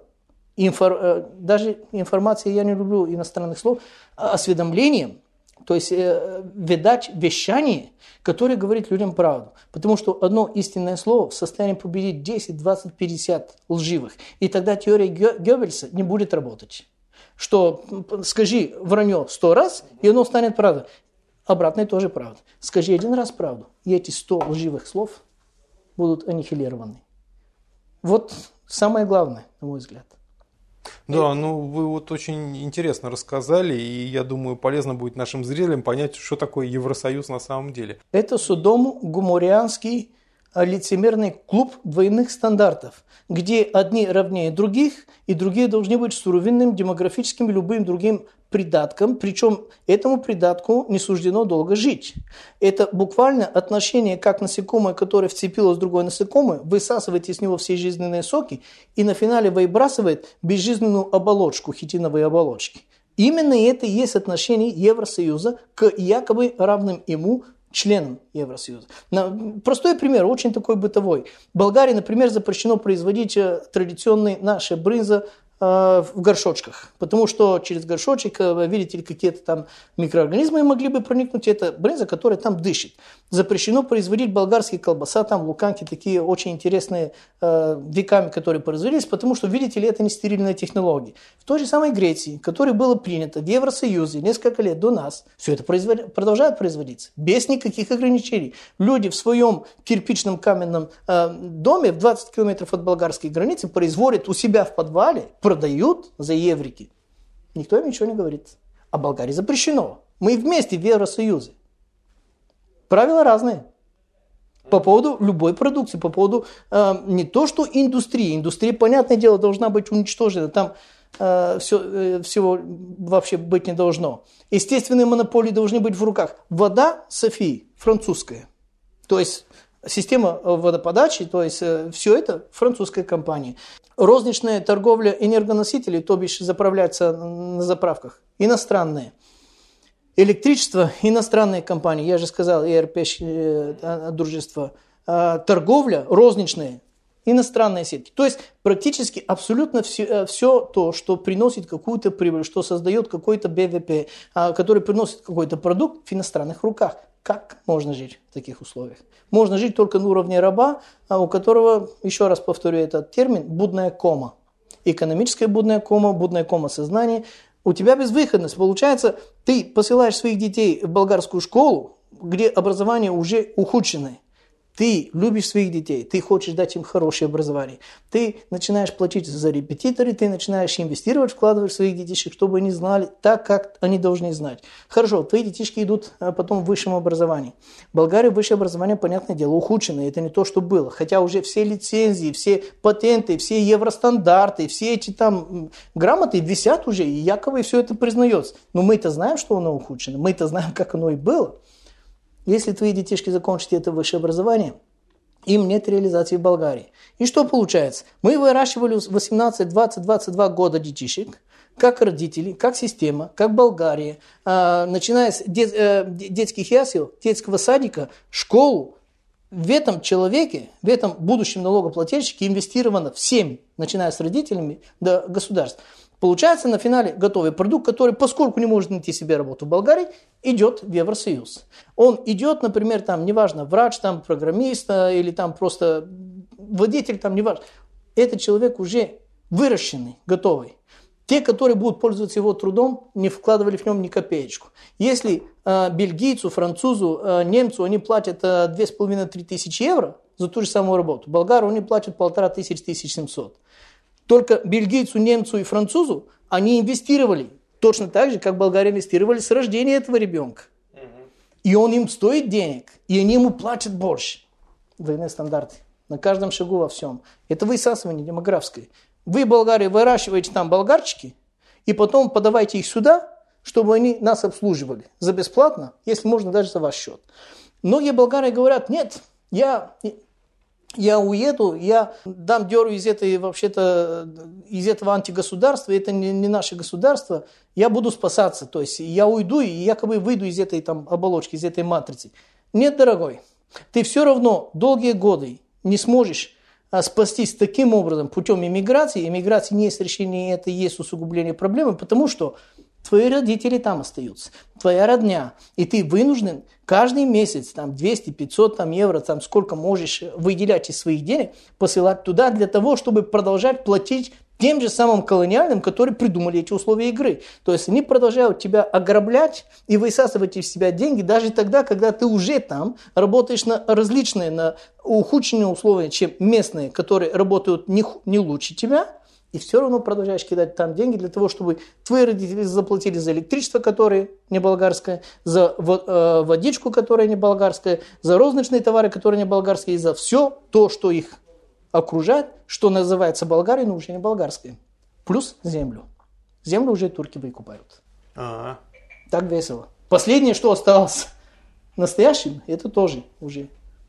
даже информации, я не люблю иностранных слов, осведомлением, то есть видать вещание, которое говорит людям правду. Потому что одно истинное слово в состоянии победить 10, 20, 50 лживых. И тогда теория Геббельса не будет работать. Что скажи вранье 100 раз, и оно станет правдой. Обратное тоже правда. Скажи один раз правду, и эти 100 лживых слов будут аннихилированы. Вот самое главное, на мой взгляд. Да, ну вы вот очень интересно рассказали, и я думаю, полезно будет нашим зрителям понять, что такое Евросоюз на самом деле. Это содом-гоморианский лицемерный клуб двойных стандартов, где одни равнее других, и другие должны быть суровинным, демографическим и любым другим придатком, причем этому придатку не суждено долго жить. Это буквально отношение как насекомое, которое вцепилось в другое насекомое, высасывает из него все жизненные соки и на финале выбрасывает безжизненную оболочку, хитиновые оболочки. Именно это и есть отношение Евросоюза к якобы равным ему членом Евросоюза. Простой пример, очень такой бытовой. В Болгарии, например, запрещено производить традиционные наши брынза в горшочках, потому что через горшочек, видите ли, какие-то там микроорганизмы могли бы проникнуть, это брынза, которая там дышит. Запрещено производить болгарские колбаса, там луканки такие очень интересные веками, которые производились, потому что, видите ли, это не стерильная технология. В той же самой Греции, которой было принято в Евросоюзе несколько лет до нас, все это продолжает производиться без никаких ограничений. Люди в своем кирпичном каменном доме в 20 километров от болгарской границы производят у себя в подвале, продают за еврики. Никто им ничего не говорит. А в Болгарии запрещено. Мы вместе в Евросоюзе. Правила разные. По поводу любой продукции, по поводу не то что индустрии. Индустрия, понятное дело, должна быть уничтожена. Там всего вообще быть не должно. Естественные монополии должны быть в руках. Вода Софии французская. То есть система водоподачи, то есть все это французская компания. Розничная торговля энергоносителей, то бишь заправляться на заправках, иностранные. Электричество, иностранные компании, я же сказал, ERP дружество. Торговля, розничная, иностранные сети. То есть практически абсолютно все то, что приносит какую-то прибыль, что создает какой-то БВП, который приносит какой-то продукт в иностранных руках. Как можно жить в таких условиях? Можно жить только на уровне раба, у которого, еще раз повторю этот термин, будная кома. Экономическая будная кома сознания. У тебя безвыходность. Получается, ты посылаешь своих детей в болгарскую школу, где образование уже ухудшенное. Ты любишь своих детей, ты хочешь дать им хорошее образование. Ты начинаешь платить за репетиторы, ты начинаешь инвестировать, вкладывать в своих детишек, чтобы они знали так, как они должны знать. Хорошо, твои детишки идут потом в высшем образовании. В Болгарии высшее образование, понятное дело, ухудшенное. Это не то, что было. Хотя уже все лицензии, все патенты, все евростандарты, все эти там грамоты висят уже, и якобы все это признается. Но мы-то знаем, что оно ухудшено, мы-то знаем, как оно и было. Если твои детишки закончат это высшее образование, им нет реализации в Болгарии. И что получается? Мы выращивали 18, 20, 22 года детишек, как родители, как система, как Болгария, начиная с детских ясел, детского садика, школу. В этом человеке, в этом будущем налогоплательщике инвестировано в семь, начиная с родителями до государства. Получается на финале готовый продукт, который, поскольку не может найти себе работу в Болгарии, идет в Евросоюз. Он идет, например, там, неважно, врач, там, программист или там просто водитель, там, неважно. Этот человек уже выращенный, готовый. Те, которые будут пользоваться его трудом, не вкладывали в нем ни копеечку. Если бельгийцу, французу, немцу они платят 2,5-3 тысячи евро за ту же самую работу, болгару они платят 1500-1700. Только бельгийцу, немцу и французу они инвестировали точно так же, как болгаре инвестировали с рождения этого ребенка. И он им стоит денег, и они ему платят больше. Двойные стандарты. На каждом шагу во всем. Это высасывание демографское. Вы, Болгария, выращиваете там болгарчики, и потом подавайте их сюда, чтобы они нас обслуживали за бесплатно, если можно даже за ваш счет. Многие болгары говорят, нет, я уеду, я дам дёру из этого антигосударства, это не наше государство, я буду спасаться, то есть я уйду и якобы выйду из этой там оболочки, из этой матрицы. Нет, дорогой, ты все равно долгие годы не сможешь спастись таким образом путем иммиграции. Иммиграция не есть решение, это есть усугубление проблемы, потому что твои родители там остаются, твоя родня, и ты вынужден каждый месяц там 200-500 там, евро, там, сколько можешь выделять из своих денег, посылать туда для того, чтобы продолжать платить тем же самым колониальным, которые придумали эти условия игры. То есть они продолжают тебя ограблять и высасывать из себя деньги даже тогда, когда ты уже там работаешь на различные, на ухудшенные условия, чем местные, которые работают не лучше тебя, и все равно продолжаешь кидать там деньги для того, чтобы твои родители заплатили за электричество, которое не болгарское, за водичку, которая не болгарская, за розничные товары, которые не болгарские, и за все то, что их окружает, что называется Болгарией, но уже не болгарское. Плюс землю. Землю уже турки выкупают. Ага. Так весело. Последнее, что осталось настоящим, это тоже уже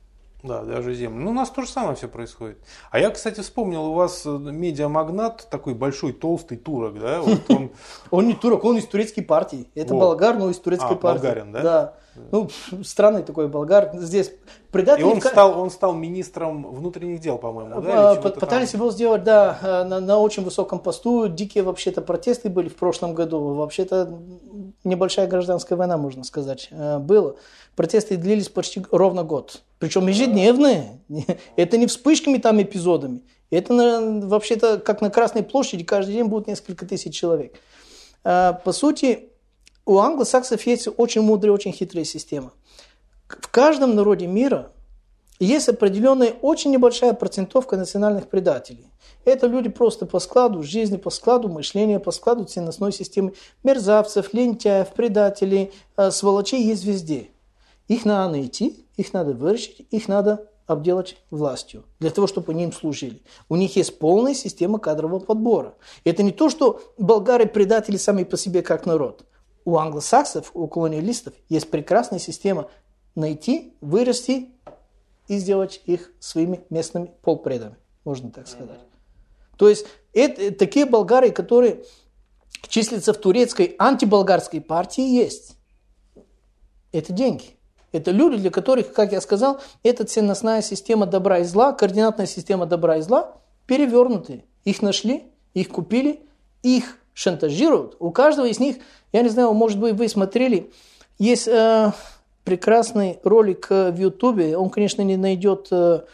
Да, даже землю. Ну, у нас то же самое все происходит. А я, кстати, вспомнил, у вас медиамагнат такой большой, толстый турок, да? Вот он... Он не турок, он из турецкой партии. Это болгар, но из турецкой партии. Болгарин, да? Да. Ну, странный такой болгар. Здесь предатели... И он стал министром внутренних дел, по-моему, да? Пытались его сделать, да, на очень высоком посту. Дикие вообще-то протесты были в прошлом году. Вообще-то небольшая гражданская война, можно сказать, была. Протесты длились почти ровно год. Причем ежедневные. Это не вспышками там эпизодами. Это вообще-то как на Красной площади каждый день будет несколько тысяч человек. По сути, у англосаксов есть очень мудрая, очень хитрая система. В каждом народе мира есть определенная очень небольшая процентовка национальных предателей. Это люди просто по складу жизни, по складу мышления, по складу ценностной системы. Мерзавцев, лентяев, предателей, сволочей есть везде. Их надо найти, их надо выращить, их надо обделать властью, для того, чтобы они им служили. У них есть полная система кадрового подбора. Это не то, что болгары предатели сами по себе как народ. У англосаксов, у колониалистов есть прекрасная система найти, вырасти и сделать их своими местными полпредами, можно так сказать. То есть это такие болгары, которые числятся в турецкой антиболгарской партии, есть. Это деньги. Это люди, для которых, как я сказал, эта ценностная система добра и зла, координатная система добра и зла перевернутые. Их нашли, их купили, их шантажируют. У каждого из них, я не знаю, может быть, вы смотрели, есть прекрасный ролик в Ютубе. Он, конечно, не найдет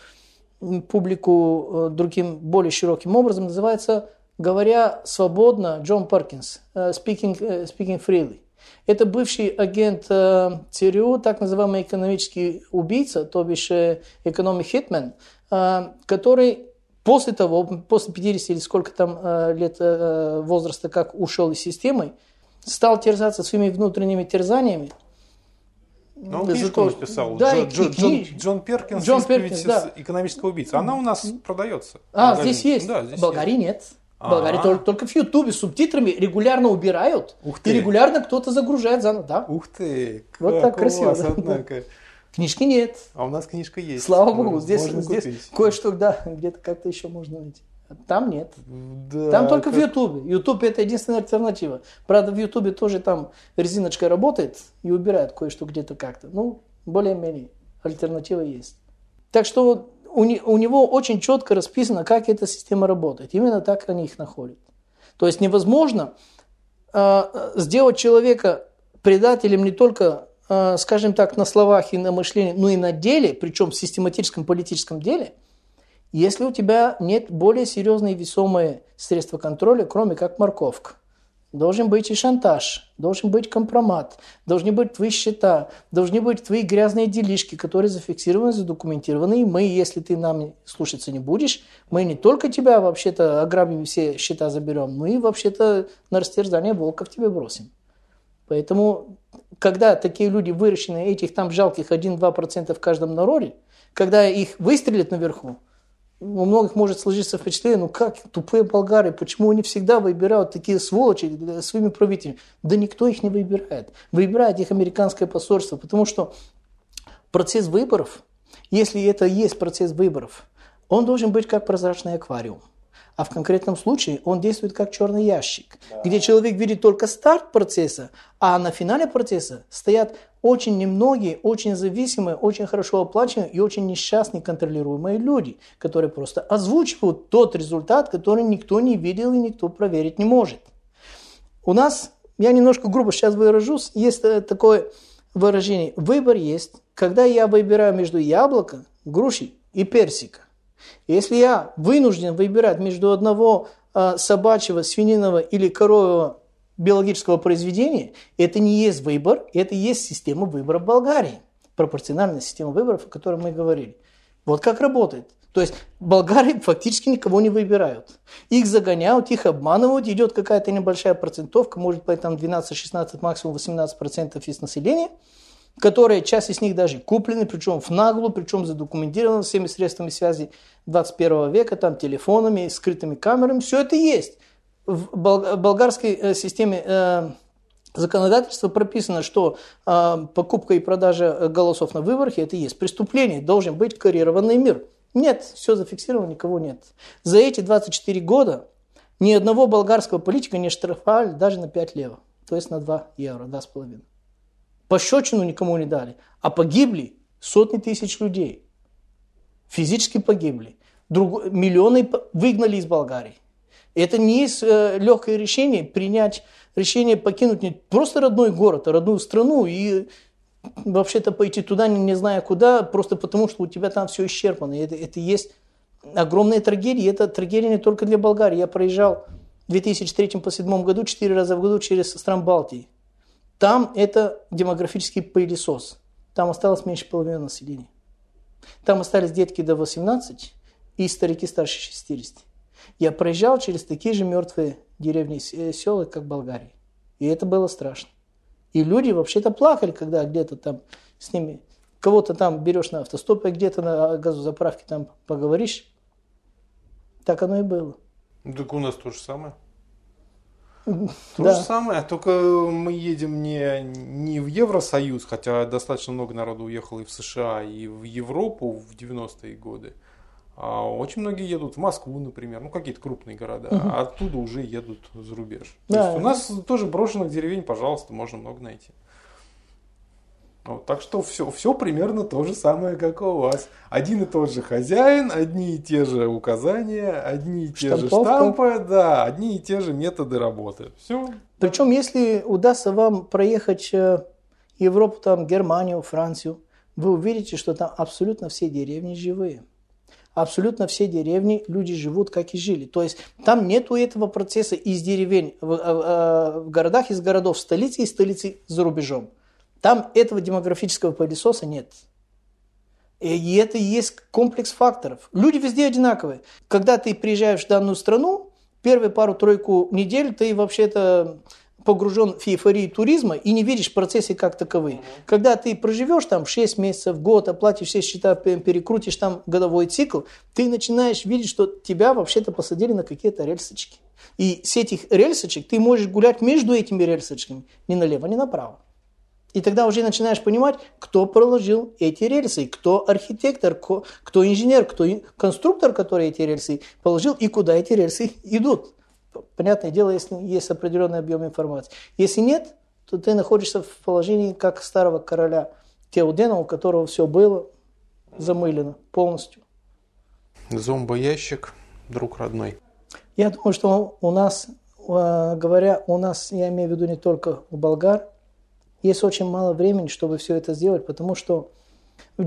публику другим, более широким образом. Называется «Говоря свободно» Джон Перкинс, «Speaking Freely». Это бывший агент ЦРУ, так называемый экономический убийца, то бишь economic hitman, который после 50 или сколько там лет возраста, как ушел из системы, стал терзаться своими внутренними терзаниями. Ну, он книжку написал. Да, Джон Перкинс, исповедь экономического убийцы. Она у нас продается. Здесь есть. Да, в Болгарии нет. В Болгарии только в Ютубе с субтитрами регулярно убирают. И регулярно кто-то загружает заново. Да. Ух ты! Вот так красиво. Вас, однако. Книжки нет. А у нас книжка есть. Слава богу, здесь кое-что, да, где-то как-то еще можно найти. Там нет. Да, там только в Ютубе. Ютуб это единственная альтернатива. Правда, в Ютубе тоже там резиночка работает и убирает кое-что где-то как-то. Ну, более-менее альтернатива есть. Так что у него очень четко расписано, как эта система работает. Именно так они их находят. То есть невозможно сделать человека предателем не только, скажем так, на словах и на мышлении, но и на деле, причем в систематическом политическом деле, если у тебя нет более серьезные и весомые средства контроля, кроме как морковка. Должен быть и шантаж, должен быть компромат, должны быть твои счета, должны быть твои грязные делишки, которые зафиксированы, задокументированы. И мы, если ты нам слушаться не будешь, мы не только тебя вообще-то ограбим, все счета заберем, но и вообще-то на растерзание волков тебе бросим. Поэтому, когда такие люди выращены, этих там жалких 1-2% в каждом народе, когда их выстрелят наверху, у многих может сложиться впечатление, ну как тупые болгары, почему они всегда выбирают такие сволочи своими правителями? Да никто их не выбирает. Выбирает их американское посольство, потому что процесс выборов, если это есть процесс выборов, он должен быть как прозрачный аквариум. А в конкретном случае он действует как черный ящик, где человек видит только старт процесса, а на финале процесса стоят очень немногие, очень зависимые, очень хорошо оплачиваемые и очень несчастные контролируемые люди, которые просто озвучивают тот результат, который никто не видел и никто проверить не может. У нас, я немножко грубо сейчас выражусь, есть такое выражение: выбор есть, когда я выбираю между яблоком, грушей и персиком. Если я вынужден выбирать между одного собачьего, свининого или коровьего биологического произведения, это не есть выбор, это есть система выбора в Болгарии. Пропорциональная система выборов, о которой мы говорили. Вот как работает. То есть болгары фактически никого не выбирают. Их загоняют, их обманывают, идет какая-то небольшая процентовка, может быть там 12-16, максимум 18% из населения, которые, часть из них даже куплены, причем в наглую, причем задокументированы всеми средствами связи 21 века, там, телефонами, скрытыми камерами, все это есть. В болгарской системе законодательство прописано, что покупка и продажа голосов на выборах – это и есть преступление, должен быть карьерованный мир. Нет, все зафиксировано, никого нет. За эти 24 года ни одного болгарского политика не штрафовали даже на 5 лева, то есть на 2 евро, 2,5. Пощечину никому не дали, а погибли сотни тысяч людей. Физически погибли. Миллионы выгнали из Болгарии. Это не есть легкое решение принять решение покинуть не просто родной город, а родную страну и вообще-то пойти туда, не зная куда, просто потому, что у тебя там все исчерпано. Это есть огромная трагедия. Это трагедия не только для Болгарии. Я проезжал в 2003 по 2007 году 4 раза в году через стран Балтии. Там это демографический пылесос. Там осталось меньше половины населения. Там остались детки до 18 и старики старше 60. Я проезжал через такие же мертвые деревни и села, как в Болгарии. И это было страшно. И люди вообще-то плакали, когда где-то там с ними, кого-то там берешь на автостопе, где-то на газозаправке там поговоришь. Так оно и было. Ну, так у нас то же самое. Да. То же самое, только мы едем не в Евросоюз, хотя достаточно много народу уехало и в США, и в Европу в 90-е годы. А очень многие едут в Москву, например, какие-то крупные города, а оттуда уже едут за рубеж. То есть у нас тоже брошенных деревень, пожалуйста, можно много найти. Вот, так что все примерно то же самое, как у вас. Один и тот же хозяин, одни и те же указания, одни и те же штампы, да, одни и те же методы работы. Все. Причем, если удастся вам проехать Европу, там, Германию, Францию, вы увидите, что там абсолютно все деревни живые. Абсолютно все деревни люди живут, как и жили. То есть там нету этого процесса из деревень в городах, из городов в столице и столицы за рубежом. Там этого демографического пылесоса нет. И это и есть комплекс факторов. Люди везде одинаковые. Когда ты приезжаешь в данную страну, первые пару-тройку недель ты вообще-то погружен в эйфорию туризма и не видишь процессы как таковые. Когда ты проживешь там 6 месяцев, год, оплатишь все счета, перекрутишь там годовой цикл, ты начинаешь видеть, что тебя вообще-то посадили на какие-то рельсочки. И с этих рельсочек ты можешь гулять между этими рельсочками ни налево, ни направо. И тогда уже начинаешь понимать, кто проложил эти рельсы, кто архитектор, кто инженер, кто конструктор, который эти рельсы положил и куда эти рельсы идут. Понятное дело, если есть определенный объем информации. Если нет, то ты находишься в положении как старого короля Теодена, у которого все было замылено полностью. Зомбоящик, друг родной. Я думаю, что у нас, говоря у нас, я имею в виду не только у болгар, есть очень мало времени, чтобы все это сделать, потому что в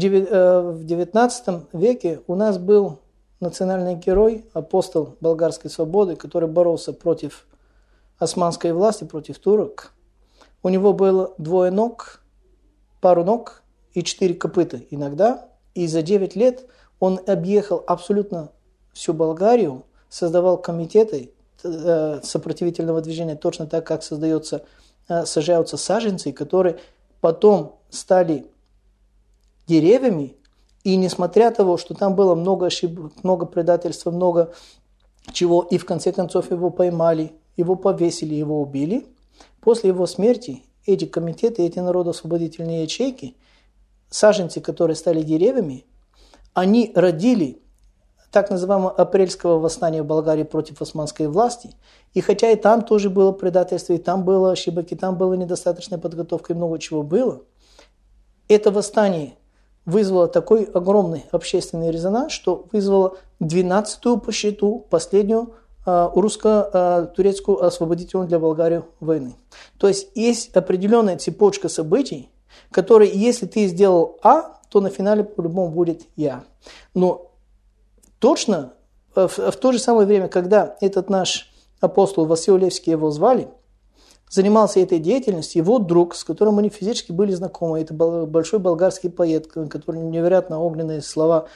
XIX веке у нас был национальный герой, апостол болгарской свободы, который боролся против османской власти, против турок. У него было 2 ног, пару ног и 4 копыта иногда. И за 9 лет он объехал абсолютно всю Болгарию, создавал комитеты сопротивительного движения, точно так, как сажаются саженцы, которые потом стали деревьями. И несмотря на то, что там было много ошибок, много предательства, много чего, и в конце концов его поймали, его повесили, его убили, после его смерти эти комитеты, эти народоосвободительные ячейки, саженцы, которые стали деревьями, они родили так называемого апрельского восстания в Болгарии против османской власти. И хотя и там тоже было предательство, и там было ошибки, и там была недостаточная подготовка, и много чего было, это восстание вызвало такой огромный общественный резонанс, что вызвало 12-ю по счету, последнюю русско-турецкую освободительную для Болгарии войны. То есть есть определенная цепочка событий, которые, если ты сделал А, то на финале по-любому будет Я. Но точно в то же самое время, когда этот наш апостол Василий Левский, его звали, занимался этой деятельностью, его друг, с которым они физически были знакомы, это большой болгарский поэт, который невероятно огненные слова,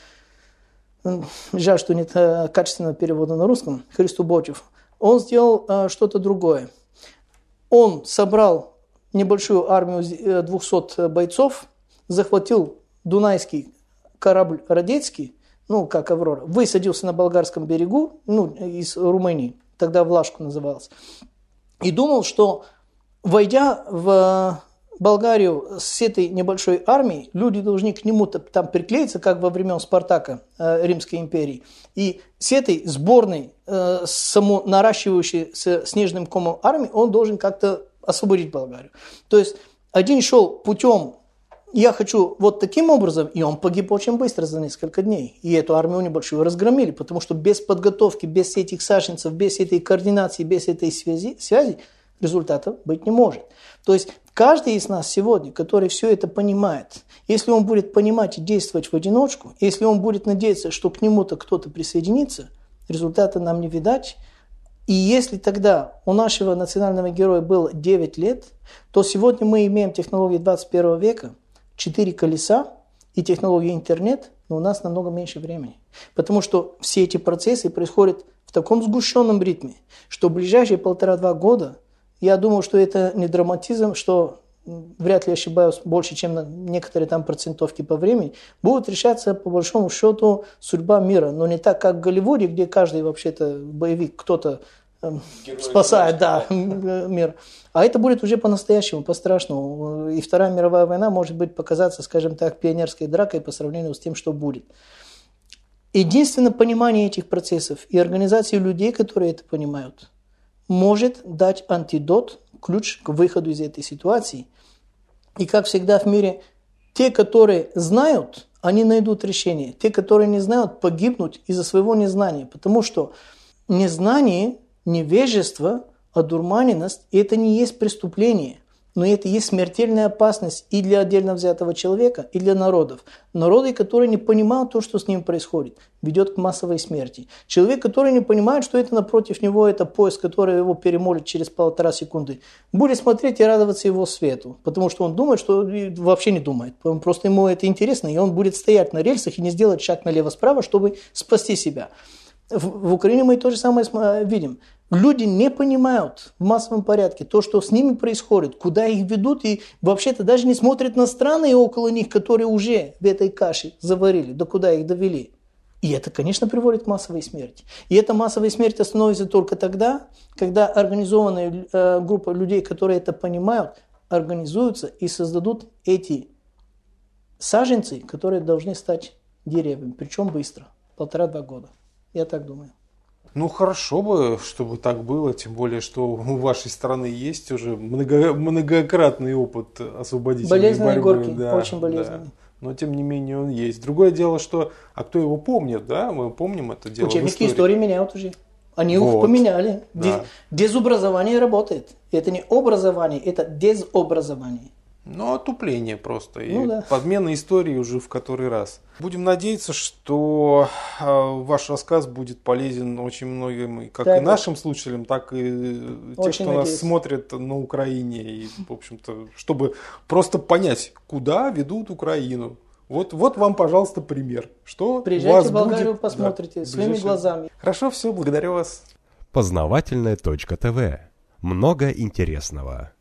жаль, что нет качественного перевода на русском, Христо Ботев, он сделал что-то другое. Он собрал небольшую армию 200 бойцов, захватил дунайский корабль «Радецкий», как «Аврора», высадился на болгарском берегу, из Румынии, тогда Влашку назывался, и думал, что войдя в Болгарию с этой небольшой армией, люди должны к нему там приклеиться, как во времен Спартака Римской империи. И с этой сборной, самонаращивающей снежным комом армии, он должен как-то освободить Болгарию. То есть один шел путем «я хочу вот таким образом», и он погиб очень быстро за несколько дней. И эту армию небольшую разгромили, потому что без подготовки, без этих саженцев, без этой координации, без этой связи результата быть не может. То есть каждый из нас сегодня, который все это понимает, если он будет понимать и действовать в одиночку, если он будет надеяться, что к нему-то кто-то присоединится, результата нам не видать. И если тогда у нашего национального героя было 9 лет, то сегодня мы имеем технологии 21 века, 4 колеса и технологии интернет, но у нас намного меньше времени. Потому что все эти процессы происходят в таком сгущенном ритме, что в ближайшие 1,5-2 года, я думаю, что это не драматизм, что вряд ли ошибаюсь больше, чем на некоторые там процентовки по времени, будет решаться по большому счету судьба мира. Но не так, как в Голливуде, где каждый вообще-то боевик, кто-то спасает мир. А это будет уже по-настоящему, по-страшному. И Вторая мировая война может быть показаться, скажем так, пионерской дракой по сравнению с тем, что будет. Единственное понимание этих процессов и организация людей, которые это понимают, может дать антидот, ключ к выходу из этой ситуации. И как всегда в мире, те, которые знают, они найдут решение. Те, которые не знают, погибнут из-за своего незнания. Потому что незнание, невежество, одурманенность – это не есть преступление. Но это есть смертельная опасность и для отдельно взятого человека, и для народов. Народы, которые не понимают то, что с ним происходит, ведет к массовой смерти. Человек, который не понимает, что это напротив него, это поезд, который его перемолит через 1,5 секунды, будет смотреть и радоваться его свету. Потому что он думает, что вообще не думает. Просто ему это интересно, и он будет стоять на рельсах и не сделать шаг налево-справа, чтобы спасти себя. В Украине мы то же самое видим. Люди не понимают в массовом порядке то, что с ними происходит, куда их ведут, и вообще-то даже не смотрят на страны около них, которые уже в этой каше заварили, до куда их довели. И это, конечно, приводит к массовой смерти. И эта массовая смерть остановится только тогда, когда организованная группа людей, которые это понимают, организуются и создадут эти саженцы, которые должны стать деревьями, причем быстро, 1,5-2 года. Я так думаю. Ну, хорошо бы, чтобы так было, тем более, что у вашей страны есть уже многократный опыт освободительной болезненный борьбы. горький, очень болезненный. Да. Но, тем не менее, он есть. Другое дело, что, а кто его помнит, да, мы помним это дело. Учебники истории меняют уже. Они их поменяли. Да. Дезобразование работает. Это не образование, это дезобразование. Ну, отупление просто. И подмена истории уже в который раз. Будем надеяться, что ваш рассказ будет полезен очень многим, как и нашим слушателям, так и тем, кто нас смотрит на Украине. И, в общем-то, чтобы просто понять, куда ведут Украину. Вот вам, пожалуйста, пример. Что приезжайте в Болгарию, посмотрите своими глазами. Хорошо, все, благодарю вас. Познавательная.тв. Много интересного.